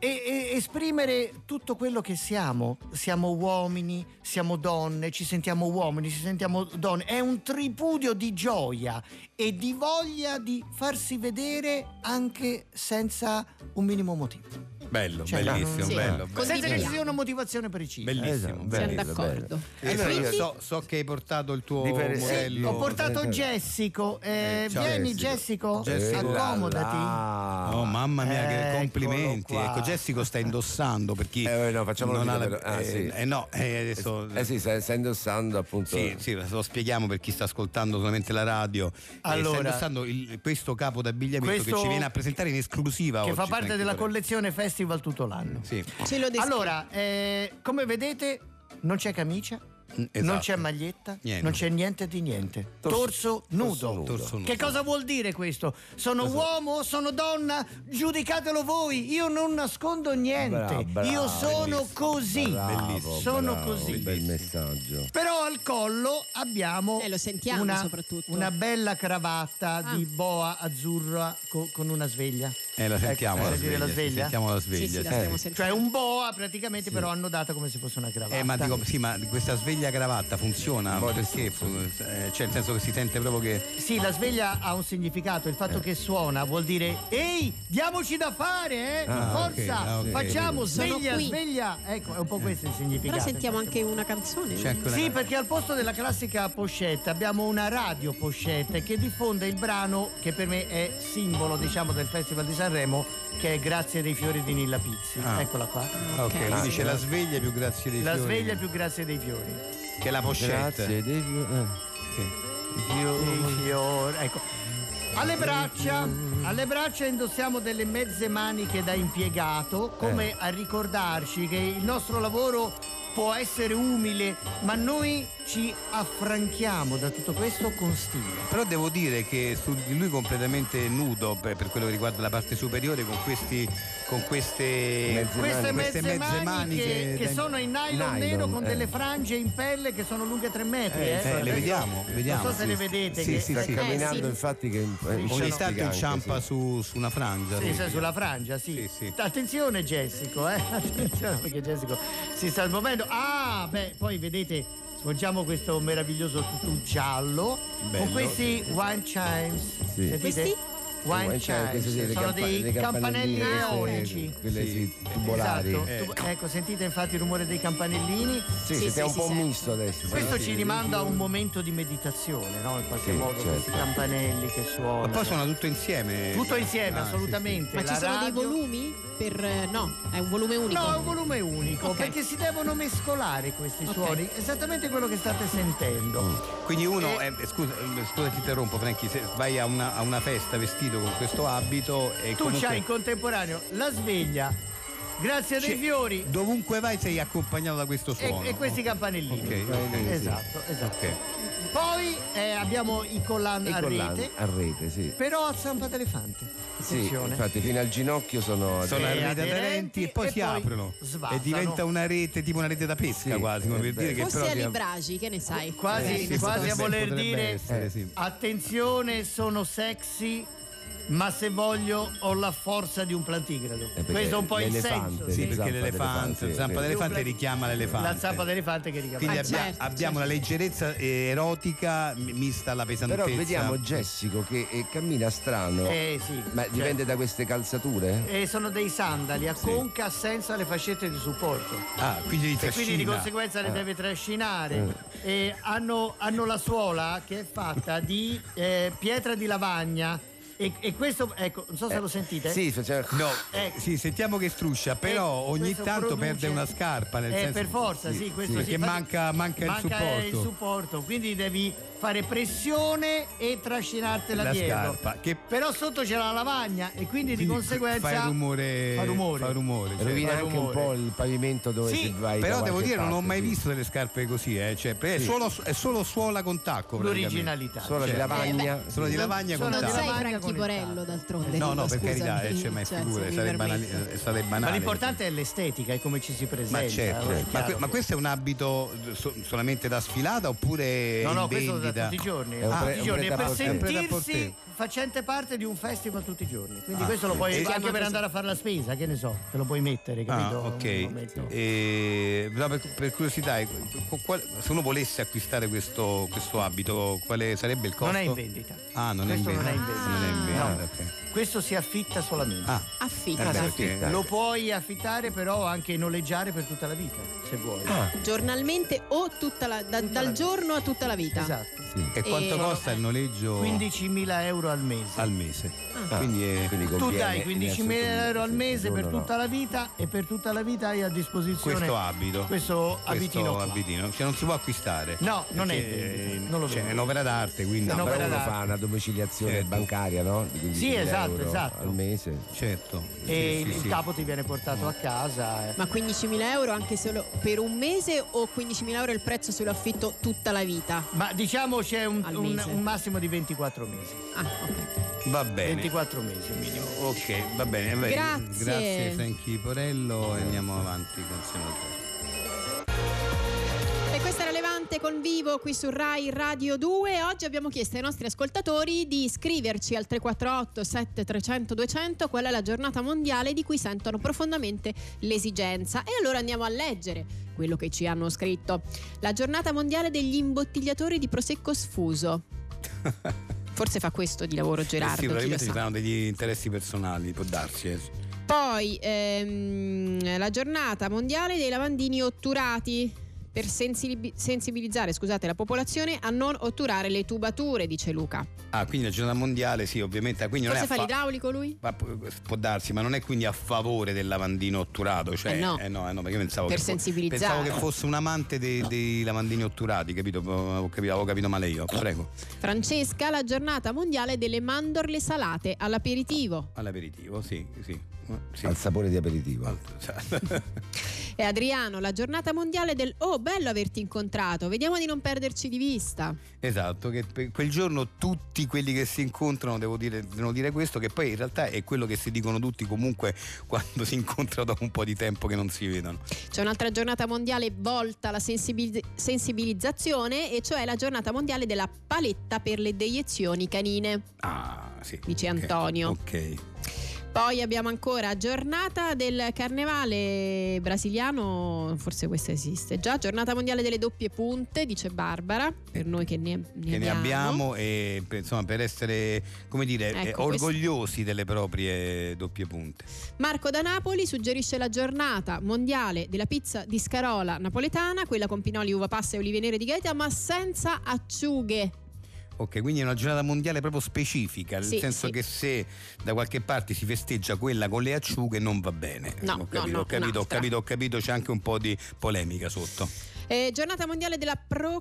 [SPEAKER 8] e, e esprimere tutto quello che siamo. Siamo uomini, siamo donne, ci sentiamo uomini, ci sentiamo donne. È un tripudio di gioia e di voglia di farsi vedere anche senza un minimo motivo.
[SPEAKER 3] Bello,
[SPEAKER 8] Cioè,
[SPEAKER 3] bellissimo,
[SPEAKER 2] sì.
[SPEAKER 3] bello, bello.
[SPEAKER 8] Senza che ci sia una motivazione precisa.
[SPEAKER 3] Bellissimo,
[SPEAKER 4] Esatto,
[SPEAKER 2] Siamo
[SPEAKER 3] bello.
[SPEAKER 2] d'accordo.
[SPEAKER 3] Eh,
[SPEAKER 4] Allora,
[SPEAKER 3] sì,
[SPEAKER 2] Quindi-
[SPEAKER 3] so, so che hai portato il tuo
[SPEAKER 4] Differ-
[SPEAKER 3] modello.
[SPEAKER 8] Ho portato
[SPEAKER 4] Eh,
[SPEAKER 8] Jessico. Eh,
[SPEAKER 3] Eh, ciao,
[SPEAKER 8] vieni,
[SPEAKER 3] Jessico.
[SPEAKER 8] Jessico.
[SPEAKER 3] Jessico.
[SPEAKER 8] Accomodati.
[SPEAKER 3] Oh mamma mia, che
[SPEAKER 8] Eccolo
[SPEAKER 3] complimenti.
[SPEAKER 8] qua.
[SPEAKER 3] Ecco, Jessico sta indossando per chi
[SPEAKER 4] Eh, no, facciamolo
[SPEAKER 3] non ha
[SPEAKER 4] dire
[SPEAKER 3] la-
[SPEAKER 4] però. Ah,
[SPEAKER 3] eh,
[SPEAKER 4] sì.
[SPEAKER 3] eh, no, eh, adesso
[SPEAKER 4] Eh sì, sta, sta indossando appunto.
[SPEAKER 3] Sì, sì, lo spieghiamo per chi sta ascoltando solamente la radio.
[SPEAKER 8] Allora,
[SPEAKER 3] eh, sta indossando il- questo capo d'abbigliamento
[SPEAKER 8] questo
[SPEAKER 3] che ci viene a presentare in esclusiva
[SPEAKER 8] Che
[SPEAKER 3] oggi,
[SPEAKER 8] fa parte
[SPEAKER 3] Frankie
[SPEAKER 8] della
[SPEAKER 3] Valenti.
[SPEAKER 8] collezione Festival tutto l'anno.
[SPEAKER 3] Sì.
[SPEAKER 2] Ce lo descrivi.
[SPEAKER 8] Allora, eh, come vedete, non c'è camicia,
[SPEAKER 3] Mm, esatto.
[SPEAKER 8] non c'è maglietta,
[SPEAKER 3] Niente.
[SPEAKER 8] non c'è niente di niente.
[SPEAKER 4] Torso-
[SPEAKER 8] Torso, nudo.
[SPEAKER 4] torso nudo.
[SPEAKER 3] Torso nudo.
[SPEAKER 8] Che cosa vuol dire questo? Sono uomo, sono donna, giudicatelo voi. Io non nascondo niente.
[SPEAKER 4] Bra- bravo,
[SPEAKER 8] Io sono
[SPEAKER 3] bellissimo.
[SPEAKER 8] così.
[SPEAKER 4] Bravo,
[SPEAKER 8] sono
[SPEAKER 4] bravo,
[SPEAKER 8] così.
[SPEAKER 4] Bel messaggio.
[SPEAKER 8] Però al collo abbiamo
[SPEAKER 2] Eh, lo sentiamo
[SPEAKER 8] una,
[SPEAKER 2] soprattutto.
[SPEAKER 8] una bella cravatta
[SPEAKER 2] Ah.
[SPEAKER 8] di boa azzurra co- con una sveglia.
[SPEAKER 3] Eh, la sentiamo,
[SPEAKER 8] Ecco,
[SPEAKER 3] la,
[SPEAKER 8] sentite
[SPEAKER 3] sveglia,
[SPEAKER 8] la
[SPEAKER 3] sì,
[SPEAKER 8] sveglia?
[SPEAKER 3] sentiamo la
[SPEAKER 2] Sì,
[SPEAKER 3] sveglia.
[SPEAKER 2] sì, la
[SPEAKER 3] sì.
[SPEAKER 2] stiamo sentendo.
[SPEAKER 8] Cioè un boa praticamente però annodata come se fosse una cravatta.
[SPEAKER 3] Eh, ma dico, sì, ma questa sveglia cravatta funziona? Perché? fu- eh, cioè, nel senso che si sente proprio che.
[SPEAKER 8] Sì, la sveglia ha un significato, il fatto che suona vuol dire ehi, diamoci da fare, eh?
[SPEAKER 3] Ah,
[SPEAKER 8] Forza,
[SPEAKER 3] ok, ah, ok.
[SPEAKER 8] facciamo,
[SPEAKER 2] Sono
[SPEAKER 8] sveglia,
[SPEAKER 2] qui.
[SPEAKER 8] sveglia. Ecco, è un po' questo il significato.
[SPEAKER 2] Però sentiamo anche una canzone.
[SPEAKER 3] C'è anche una-
[SPEAKER 8] Sì, perché al posto della classica pochette abbiamo una radio pochette che diffonde il brano che per me è simbolo, diciamo, del Festival di Sanremo, che è Grazie dei fiori di Nilla Pizzi.
[SPEAKER 3] Ah.
[SPEAKER 8] Eccola qua.
[SPEAKER 3] Ok, quindi c'è la sveglia più grazie dei
[SPEAKER 8] La
[SPEAKER 3] fiori.
[SPEAKER 8] sveglia più Grazie dei fiori.
[SPEAKER 3] Che è la pochette.
[SPEAKER 4] Grazie dei eh.
[SPEAKER 3] Sì.
[SPEAKER 8] Dei fiori. Ecco. Alle braccia, alle braccia indossiamo delle mezze maniche da impiegato, come a ricordarci che il nostro lavoro può essere umile, ma noi ci affranchiamo da tutto questo con stile.
[SPEAKER 3] Però devo dire che su di lui completamente nudo per, per quello che riguarda la parte superiore con questi con queste
[SPEAKER 4] Mezze
[SPEAKER 8] Queste
[SPEAKER 4] mani.
[SPEAKER 8] mezze,
[SPEAKER 3] queste mezze
[SPEAKER 8] maniche,
[SPEAKER 3] maniche
[SPEAKER 8] che
[SPEAKER 3] da-
[SPEAKER 8] sono in nylon,
[SPEAKER 4] Nylon,
[SPEAKER 8] nero con
[SPEAKER 4] eh.
[SPEAKER 8] delle frange in pelle che sono lunghe tre metri.
[SPEAKER 4] Eh,
[SPEAKER 8] Eh,
[SPEAKER 3] Eh, le
[SPEAKER 8] Adesso-
[SPEAKER 3] vediamo, vediamo.
[SPEAKER 8] Non so se
[SPEAKER 3] sì.
[SPEAKER 8] le vedete.
[SPEAKER 3] Sì,
[SPEAKER 8] che
[SPEAKER 3] sì,
[SPEAKER 4] Sta
[SPEAKER 3] sì.
[SPEAKER 4] camminando
[SPEAKER 2] Eh, sì.
[SPEAKER 4] infatti che eh,
[SPEAKER 3] Ogni
[SPEAKER 4] insciastica
[SPEAKER 3] tanto
[SPEAKER 4] anche,
[SPEAKER 3] inciampa
[SPEAKER 4] sì.
[SPEAKER 3] su, su una frangia.
[SPEAKER 8] Sì,
[SPEAKER 3] sì.
[SPEAKER 8] sì, sulla frangia, sì.
[SPEAKER 3] Sì, sì.
[SPEAKER 8] Attenzione Jessico, eh. Attenzione perché Jessico si sta smuovendo. Ah, beh, poi vedete, svolgiamo questo meraviglioso tutù giallo
[SPEAKER 3] Bello.
[SPEAKER 8] con questi wine chimes.
[SPEAKER 4] Sì.
[SPEAKER 8] Sentite?
[SPEAKER 2] Questi?
[SPEAKER 8] Wine
[SPEAKER 4] Wine chimes,
[SPEAKER 8] chimes,
[SPEAKER 4] queste sì, le
[SPEAKER 8] sono
[SPEAKER 4] campa-
[SPEAKER 8] dei
[SPEAKER 4] le
[SPEAKER 8] campanelli
[SPEAKER 4] campanelline,
[SPEAKER 8] eolici.
[SPEAKER 4] quelle
[SPEAKER 3] Sì.
[SPEAKER 4] sì, tubolari.
[SPEAKER 8] Esatto.
[SPEAKER 3] Eh.
[SPEAKER 8] Tu- ecco, sentite infatti il rumore dei campanellini.
[SPEAKER 4] Sì,
[SPEAKER 2] Sì,
[SPEAKER 4] sentiamo
[SPEAKER 2] sì,
[SPEAKER 4] un
[SPEAKER 2] sì,
[SPEAKER 4] po'
[SPEAKER 2] sì.
[SPEAKER 4] misto adesso.
[SPEAKER 8] Questo
[SPEAKER 4] Sì,
[SPEAKER 8] ci rimanda a un momento di meditazione, no? In qualche
[SPEAKER 4] Sì,
[SPEAKER 8] modo,
[SPEAKER 4] certo.
[SPEAKER 8] questi campanelli che
[SPEAKER 3] Ma
[SPEAKER 8] suonano.
[SPEAKER 3] poi suona tutto insieme.
[SPEAKER 8] Tutto insieme,
[SPEAKER 3] Ah, sì,
[SPEAKER 8] assolutamente.
[SPEAKER 2] Ma
[SPEAKER 8] La
[SPEAKER 2] ci sono dei
[SPEAKER 8] radio-
[SPEAKER 2] volumi? Per, eh, no, è un volume unico.
[SPEAKER 8] No, è un volume unico,
[SPEAKER 2] Ok.
[SPEAKER 8] perché si devono mescolare questi
[SPEAKER 2] Ok.
[SPEAKER 8] suoni, esattamente quello che state sentendo.
[SPEAKER 3] sì. Quindi uno,
[SPEAKER 8] Eh.
[SPEAKER 3] eh, scusa, eh, scusa ti interrompo Franchi, se vai a una, a una festa vestito con questo abito e
[SPEAKER 8] Tu
[SPEAKER 3] comunque
[SPEAKER 8] c'hai in contemporaneo la sveglia, grazie dei
[SPEAKER 3] Cioè,
[SPEAKER 8] fiori
[SPEAKER 3] dovunque vai sei accompagnato da questo
[SPEAKER 8] e,
[SPEAKER 3] suono.
[SPEAKER 8] e questi campanellini.
[SPEAKER 3] Ok, ok.
[SPEAKER 8] Esatto, esatto.
[SPEAKER 3] Ok.
[SPEAKER 8] Poi eh, abbiamo i collan
[SPEAKER 4] I
[SPEAKER 8] a
[SPEAKER 4] collanti
[SPEAKER 8] rete,
[SPEAKER 4] a rete, sì.
[SPEAKER 8] però a zampa d'elefante.
[SPEAKER 4] Sì,
[SPEAKER 8] Attenzione.
[SPEAKER 4] infatti fino al ginocchio sono
[SPEAKER 3] Sono
[SPEAKER 8] Eh,
[SPEAKER 3] a rete
[SPEAKER 8] aderenti
[SPEAKER 3] aderenti e poi
[SPEAKER 8] e
[SPEAKER 3] si
[SPEAKER 8] poi
[SPEAKER 3] aprono
[SPEAKER 8] svazzano.
[SPEAKER 3] e diventa una rete tipo una rete da pesca
[SPEAKER 4] Sì,
[SPEAKER 3] quasi, come
[SPEAKER 4] eh,
[SPEAKER 3] per dire che
[SPEAKER 2] Forse
[SPEAKER 3] proprio
[SPEAKER 2] a libragi, che ne sai?
[SPEAKER 8] Quasi,
[SPEAKER 3] Eh, sì,
[SPEAKER 8] quasi a
[SPEAKER 3] potrebbe-
[SPEAKER 8] voler
[SPEAKER 3] potrebbe
[SPEAKER 8] dire
[SPEAKER 3] essere, sì.
[SPEAKER 8] attenzione, sono sexy, ma se voglio ho la forza di un plantigrado.
[SPEAKER 4] perché
[SPEAKER 8] Questo è un po' il
[SPEAKER 4] l'elefante,
[SPEAKER 8] senso.
[SPEAKER 3] Sì,
[SPEAKER 8] sì.
[SPEAKER 3] perché
[SPEAKER 4] Zampa
[SPEAKER 3] l'elefante,
[SPEAKER 4] d'elefante,
[SPEAKER 3] la zampa
[SPEAKER 4] sì.
[SPEAKER 3] d'elefante richiama l'elefante.
[SPEAKER 8] La zampa d'elefante che richiama.
[SPEAKER 3] Quindi
[SPEAKER 2] Ah,
[SPEAKER 3] abbia-
[SPEAKER 2] certo,
[SPEAKER 3] abbiamo
[SPEAKER 2] certo.
[SPEAKER 3] la leggerezza eh, erotica mi- mista alla pesantezza.
[SPEAKER 4] Però vediamo Jessico che eh, cammina strano.
[SPEAKER 8] Eh sì.
[SPEAKER 4] Ma
[SPEAKER 8] cioè,
[SPEAKER 4] dipende da queste calzature?
[SPEAKER 8] eh, sono dei sandali a conca senza le fascette di supporto.
[SPEAKER 3] Ah, quindi li
[SPEAKER 8] E quindi di
[SPEAKER 3] trascina.
[SPEAKER 8] conseguenza le deve trascinare. E hanno, hanno la suola che è fatta di eh, pietra di lavagna. E, e questo, ecco, non so se lo sentite.
[SPEAKER 4] Sì, facciamo...
[SPEAKER 3] No,
[SPEAKER 8] Eh.
[SPEAKER 3] sì, sentiamo che struscia, però
[SPEAKER 8] Eh,
[SPEAKER 3] ogni
[SPEAKER 8] questo
[SPEAKER 3] tanto
[SPEAKER 8] produce-
[SPEAKER 3] perde una scarpa, nel
[SPEAKER 8] Eh,
[SPEAKER 3] senso
[SPEAKER 8] per forza, sì, questo sì.
[SPEAKER 3] perché
[SPEAKER 8] Infatti,
[SPEAKER 3] manca, manca il supporto.
[SPEAKER 8] il supporto, quindi devi fare pressione e trascinartela
[SPEAKER 3] La
[SPEAKER 8] dietro.
[SPEAKER 3] scarpa, che-
[SPEAKER 8] Però sotto c'è la lavagna e quindi, di
[SPEAKER 3] Quindi
[SPEAKER 8] conseguenza
[SPEAKER 3] fa rumore,
[SPEAKER 8] fa rumore.
[SPEAKER 3] fa rumore, cioè.
[SPEAKER 4] Rovina
[SPEAKER 8] fa
[SPEAKER 4] anche un
[SPEAKER 8] rumore.
[SPEAKER 4] po' il pavimento dove
[SPEAKER 8] Sì,
[SPEAKER 4] si vai. da
[SPEAKER 3] Però devo
[SPEAKER 4] qualche
[SPEAKER 3] dire non ho
[SPEAKER 4] parte,
[SPEAKER 3] mai
[SPEAKER 4] sì.
[SPEAKER 3] visto delle scarpe così, eh, cioè, è, solo, è solo suola con tacco praticamente.
[SPEAKER 8] L'originalità.
[SPEAKER 4] Solo di
[SPEAKER 3] Cioè,
[SPEAKER 4] lavagna.
[SPEAKER 2] eh,
[SPEAKER 3] Solo di
[SPEAKER 8] Non-
[SPEAKER 3] lavagna con
[SPEAKER 8] sono
[SPEAKER 2] Non
[SPEAKER 8] di
[SPEAKER 3] tacco.
[SPEAKER 2] sei
[SPEAKER 8] lavagna con
[SPEAKER 2] Franchi Porello, d'altronde.
[SPEAKER 3] No, no, per
[SPEAKER 2] Scusami.
[SPEAKER 3] carità, eh, cioè, ma è
[SPEAKER 2] Cioè,
[SPEAKER 3] figura,
[SPEAKER 2] se mi
[SPEAKER 3] sarebbe
[SPEAKER 2] permette.
[SPEAKER 3] banali- eh, sarebbe banale.
[SPEAKER 8] Ma l'importante è l'estetica, è come ci si presenta.
[SPEAKER 3] Ma certo,
[SPEAKER 8] allora è
[SPEAKER 3] ma,
[SPEAKER 8] chiaro
[SPEAKER 3] que- ma
[SPEAKER 8] che-
[SPEAKER 3] questo è un abito so- solamente da sfilata oppure
[SPEAKER 8] No, no,
[SPEAKER 3] in
[SPEAKER 8] questo da
[SPEAKER 3] vendita?
[SPEAKER 8] tutti i giorni.
[SPEAKER 4] È un
[SPEAKER 8] Ah,
[SPEAKER 4] pre-
[SPEAKER 8] tutti i
[SPEAKER 4] un
[SPEAKER 8] giorni, è per
[SPEAKER 4] prêt-à-porter.
[SPEAKER 8] sentirsi
[SPEAKER 3] Prêt-à-porter.
[SPEAKER 8] facente parte di un festival tutti i giorni. Quindi
[SPEAKER 3] Ah,
[SPEAKER 8] questo lo
[SPEAKER 3] sì.
[SPEAKER 8] puoi
[SPEAKER 3] E-
[SPEAKER 8] anche per
[SPEAKER 2] così.
[SPEAKER 8] andare a fare la spesa, che ne so, te lo puoi mettere, capito?
[SPEAKER 3] Ah,
[SPEAKER 8] Un
[SPEAKER 3] ok.
[SPEAKER 8] momento.
[SPEAKER 3] E, no, per, per curiosità, eh, qual- se uno volesse acquistare questo, questo abito, quale sarebbe il costo?
[SPEAKER 8] Non è in vendita.
[SPEAKER 3] Ah, non
[SPEAKER 8] Questo
[SPEAKER 3] è in
[SPEAKER 8] non è
[SPEAKER 3] vendita.
[SPEAKER 8] in vendita.
[SPEAKER 3] Non è in vendita,
[SPEAKER 8] No.
[SPEAKER 3] ok.
[SPEAKER 8] Questo si affitta solamente.
[SPEAKER 3] Ah,
[SPEAKER 2] Affitta.
[SPEAKER 3] eh beh,
[SPEAKER 8] Si
[SPEAKER 3] perché-
[SPEAKER 8] affitta. Lo puoi affittare però anche noleggiare per tutta la vita, se vuoi.
[SPEAKER 2] Giornalmente o tutta la, da-
[SPEAKER 8] Tutta
[SPEAKER 2] dal
[SPEAKER 8] la
[SPEAKER 2] giorno a tutta la vita.
[SPEAKER 8] Esatto.
[SPEAKER 3] E quanto
[SPEAKER 2] E-
[SPEAKER 3] costa il noleggio
[SPEAKER 8] quindicimila euro al mese.
[SPEAKER 3] al mese?
[SPEAKER 2] Ah.
[SPEAKER 3] Quindi è...
[SPEAKER 4] Quindi
[SPEAKER 8] Tu
[SPEAKER 4] conviene
[SPEAKER 8] dai quindicimila euro al mese per
[SPEAKER 4] innanzitutto
[SPEAKER 8] tutta la vita e per tutta la vita hai a disposizione
[SPEAKER 3] questo abito.
[SPEAKER 8] questo abitino qua.
[SPEAKER 3] abitino. Cioè non si può acquistare.
[SPEAKER 8] No, non è
[SPEAKER 3] Perché,
[SPEAKER 8] vendita, non lo
[SPEAKER 3] cioè,
[SPEAKER 8] vendi.
[SPEAKER 3] è un'opera d'arte, quindi
[SPEAKER 8] È
[SPEAKER 4] No,
[SPEAKER 8] un'opera
[SPEAKER 4] però uno
[SPEAKER 8] d'arte.
[SPEAKER 4] fa una domiciliazione
[SPEAKER 3] Certo.
[SPEAKER 4] bancaria, no? Di quindicimila
[SPEAKER 8] Sì, esatto,
[SPEAKER 4] euro
[SPEAKER 8] esatto.
[SPEAKER 4] al mese.
[SPEAKER 3] certo.
[SPEAKER 8] E
[SPEAKER 3] Sì,
[SPEAKER 8] il
[SPEAKER 3] sì, sì.
[SPEAKER 8] capo ti viene portato a casa. eh.
[SPEAKER 2] Ma quindicimila euro anche solo per un mese o quindicimila euro è il prezzo se lo affitto tutta la vita?
[SPEAKER 8] Ma diciamo c'è un,
[SPEAKER 2] Al
[SPEAKER 8] un-
[SPEAKER 2] mese.
[SPEAKER 8] un massimo di ventiquattro mesi.
[SPEAKER 2] Ah, ok.
[SPEAKER 3] Va bene.
[SPEAKER 8] ventiquattro mesi minimo.
[SPEAKER 3] Ok, va bene. va bene.
[SPEAKER 2] Grazie.
[SPEAKER 3] Grazie Franchi Porello e andiamo avanti con Seno.
[SPEAKER 2] E questa era Levante con Vivo qui su Rai Radio due. Oggi abbiamo chiesto ai nostri ascoltatori di scriverci al tre quattro otto sette tre zero zero due zero zero qual è la giornata mondiale di cui sentono profondamente l'esigenza. E allora andiamo a leggere quello che ci hanno scritto. La giornata mondiale degli imbottigliatori di prosecco sfuso. Forse fa questo di lavoro Gerardo,
[SPEAKER 3] sì,
[SPEAKER 2] chi lo
[SPEAKER 3] probabilmente ci
[SPEAKER 2] sa.
[SPEAKER 3] saranno degli interessi personali, può darsi. eh.
[SPEAKER 2] Poi ehm, la giornata mondiale dei lavandini otturati per sensibi- sensibilizzare scusate, la popolazione a non otturare le tubature, dice Luca.
[SPEAKER 3] Ah, quindi la giornata mondiale, sì, ovviamente. Quindi non
[SPEAKER 2] Forse
[SPEAKER 3] è a
[SPEAKER 2] fa
[SPEAKER 3] fa-
[SPEAKER 2] l'idraulico lui?
[SPEAKER 3] ma può può darsi, ma non è quindi a favore del lavandino otturato, cioè,
[SPEAKER 2] Eh no.
[SPEAKER 3] eh no, eh no, perché io pensavo
[SPEAKER 2] Per
[SPEAKER 3] che fo-
[SPEAKER 2] sensibilizzare.
[SPEAKER 3] pensavo che fosse un amante dei, dei lavandini otturati, capito? Ho capito, avevo capito male io. Prego.
[SPEAKER 2] Francesca, la giornata mondiale delle mandorle salate all'aperitivo.
[SPEAKER 3] All'aperitivo, sì, sì. sì.
[SPEAKER 4] Al sapore di aperitivo.
[SPEAKER 3] Al-
[SPEAKER 2] E Adriano, la giornata mondiale del oh, bello averti incontrato, vediamo di non perderci di vista.
[SPEAKER 3] Esatto, che per quel giorno tutti quelli che si incontrano devo dire, devono dire questo, che poi in realtà è quello che si dicono tutti comunque quando si incontrano dopo un po' di tempo che non si vedono.
[SPEAKER 2] C'è un'altra giornata mondiale volta alla sensibil- sensibilizzazione, e cioè la giornata mondiale della paletta per le deiezioni canine.
[SPEAKER 3] Ah, sì.
[SPEAKER 2] Dice
[SPEAKER 3] ok,
[SPEAKER 2] Antonio.
[SPEAKER 3] Ok.
[SPEAKER 2] Poi abbiamo ancora giornata del carnevale brasiliano, forse questa esiste già, giornata mondiale delle doppie punte, dice Barbara, per noi che ne, ne
[SPEAKER 3] Che ne
[SPEAKER 2] abbiamo.
[SPEAKER 3] abbiamo e per, insomma per essere, come dire,
[SPEAKER 2] Ecco,
[SPEAKER 3] eh, orgogliosi delle proprie doppie punte.
[SPEAKER 2] Marco da Napoli suggerisce la giornata mondiale della pizza di scarola napoletana, quella con pinoli, uva passa e olive nere di Gaeta, ma senza acciughe.
[SPEAKER 3] Ok, quindi è una giornata mondiale proprio specifica, nel
[SPEAKER 2] Sì,
[SPEAKER 3] senso
[SPEAKER 2] sì.
[SPEAKER 3] che se da qualche parte si festeggia quella con le acciughe non va bene.
[SPEAKER 2] No,
[SPEAKER 3] ho capito,
[SPEAKER 2] no, no,
[SPEAKER 3] ho capito, ho
[SPEAKER 2] un'altra.
[SPEAKER 3] capito, ho capito, c'è anche un po' di polemica sotto.
[SPEAKER 2] Eh, giornata mondiale della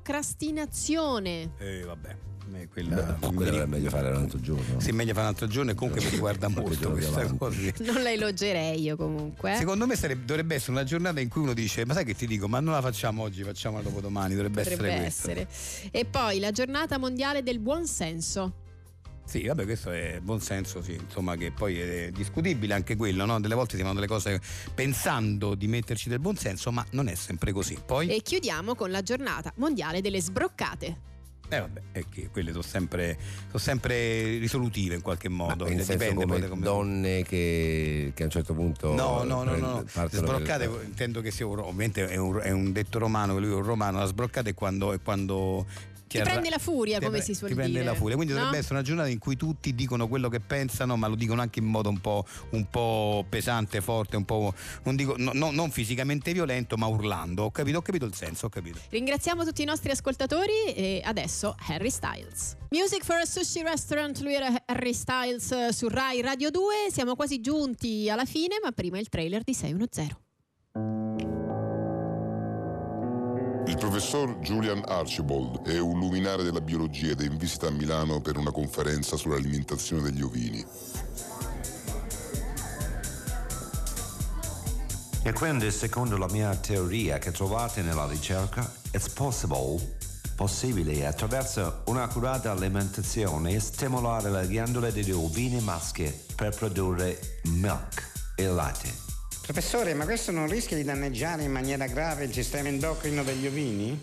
[SPEAKER 2] procrastinazione.
[SPEAKER 3] Eh, vabbè. eh, Quella,
[SPEAKER 4] Beh, quello è meglio fare un altro giorno.
[SPEAKER 3] Sì, meglio fare un altro giorno e comunque mi riguarda
[SPEAKER 4] Qualche
[SPEAKER 3] molto
[SPEAKER 4] giorno
[SPEAKER 3] questa
[SPEAKER 4] avanti.
[SPEAKER 3] cosa.
[SPEAKER 2] Non la elogerei io comunque.
[SPEAKER 3] Secondo me sarebbe, dovrebbe essere una giornata in cui uno dice ma sai che ti dico, ma non la facciamo oggi, facciamola dopodomani, dovrebbe,
[SPEAKER 2] Potrebbe
[SPEAKER 3] essere questo.
[SPEAKER 2] essere. E poi la giornata mondiale del buonsenso.
[SPEAKER 3] Sì, vabbè, questo è buon senso, sì, insomma, che poi è discutibile anche quello, no? Delle volte si fanno delle cose pensando di metterci del buon senso, ma non è sempre così. Poi
[SPEAKER 2] E chiudiamo con la giornata mondiale delle sbroccate.
[SPEAKER 3] eh vabbè, è che quelle sono sempre, sono sempre risolutive in qualche modo.
[SPEAKER 4] Ma in senso
[SPEAKER 3] dipende
[SPEAKER 4] come,
[SPEAKER 3] poi da come
[SPEAKER 4] donne che, che a un certo punto
[SPEAKER 3] No, no, no, no, no.
[SPEAKER 4] partono
[SPEAKER 3] Sbroccate
[SPEAKER 4] per-
[SPEAKER 3] intendo che sia un, ovviamente è un, è un detto romano, che lui è un romano, la sbroccata è quando, è quando
[SPEAKER 2] Ti prende la furia,
[SPEAKER 3] ti
[SPEAKER 2] come
[SPEAKER 3] pre-
[SPEAKER 2] si suol
[SPEAKER 3] ti prende
[SPEAKER 2] dire,
[SPEAKER 3] la furia, quindi
[SPEAKER 2] no?
[SPEAKER 3] dovrebbe essere una giornata in cui tutti dicono quello che pensano, ma lo dicono anche in modo un po', un po' pesante, forte, un po' non dico no, no, non fisicamente violento, ma urlando. Ho capito, ho capito il senso, ho capito.
[SPEAKER 2] Ringraziamo tutti i nostri ascoltatori e adesso Harry Styles. Music for a Sushi Restaurant, lui era Harry Styles eh, su Rai Radio due. Siamo quasi giunti alla fine, ma prima il trailer di sei uno zero.
[SPEAKER 10] Il professor Julian Archibald è un luminare della biologia ed è in visita a Milano per una conferenza sull'alimentazione degli ovini.
[SPEAKER 11] E quindi, secondo la mia teoria che trovate nella ricerca, it's possible possibile attraverso un'accurata alimentazione stimolare le ghiandole degli ovini maschi per produrre milk, il latte.
[SPEAKER 12] Professore, ma questo non rischia di danneggiare in maniera grave il sistema endocrino degli ovini?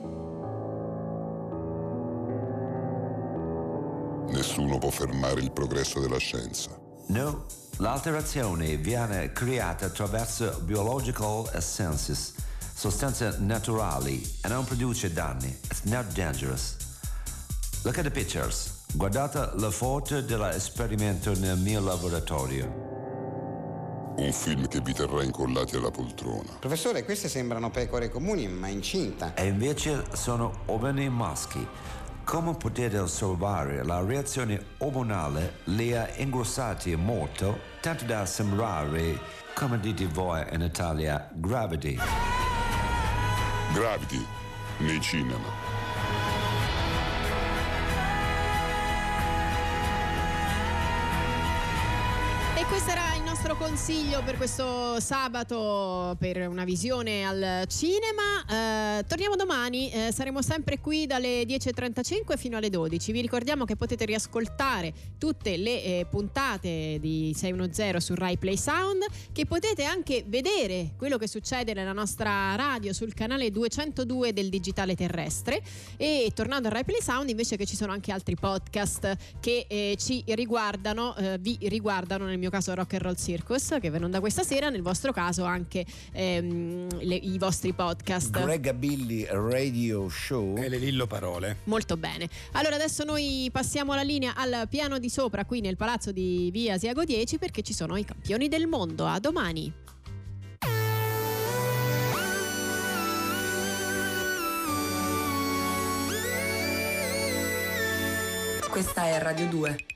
[SPEAKER 10] Nessuno può fermare il progresso della scienza.
[SPEAKER 11] No, l'alterazione viene creata attraverso biological essences, sostanze naturali, e non produce danni. It's not dangerous. Look at the pictures. Guardate le foto dell'esperimento nel mio laboratorio.
[SPEAKER 10] Un film che vi terrà incollati alla poltrona.
[SPEAKER 12] Professore, queste sembrano pecore comuni, ma incinta.
[SPEAKER 11] E invece sono ovini maschi. Come potete osservare, la reazione ormonale li ha ingrossati molto, tanto da sembrare, come dite voi in Italia, Gravity.
[SPEAKER 10] Gravity, nei cinema.
[SPEAKER 2] E questo era il nostro consiglio per questo sabato, per una visione al cinema. Eh, torniamo domani, eh, saremo sempre qui dalle dieci e trentacinque fino alle dodici. Vi ricordiamo che potete riascoltare tutte le eh, puntate di sei uno zero su Rai Play Sound, che potete anche vedere quello che succede nella nostra radio sul canale duecentodue del digitale terrestre. E tornando a Rai Play Sound, invece, che ci sono anche altri podcast che eh, ci riguardano, eh, vi riguardano, nel mio caso Rock and Roll Circus, che vengono da questa sera, nel vostro caso anche ehm, le, i vostri podcast
[SPEAKER 4] Greg Billy Radio Show
[SPEAKER 3] e le Lillo Parole.
[SPEAKER 2] Molto bene. Allora adesso noi passiamo la linea al piano di sopra, qui nel palazzo di Via Asiago dieci, perché ci sono i campioni del mondo. A domani.
[SPEAKER 1] Questa è Radio due.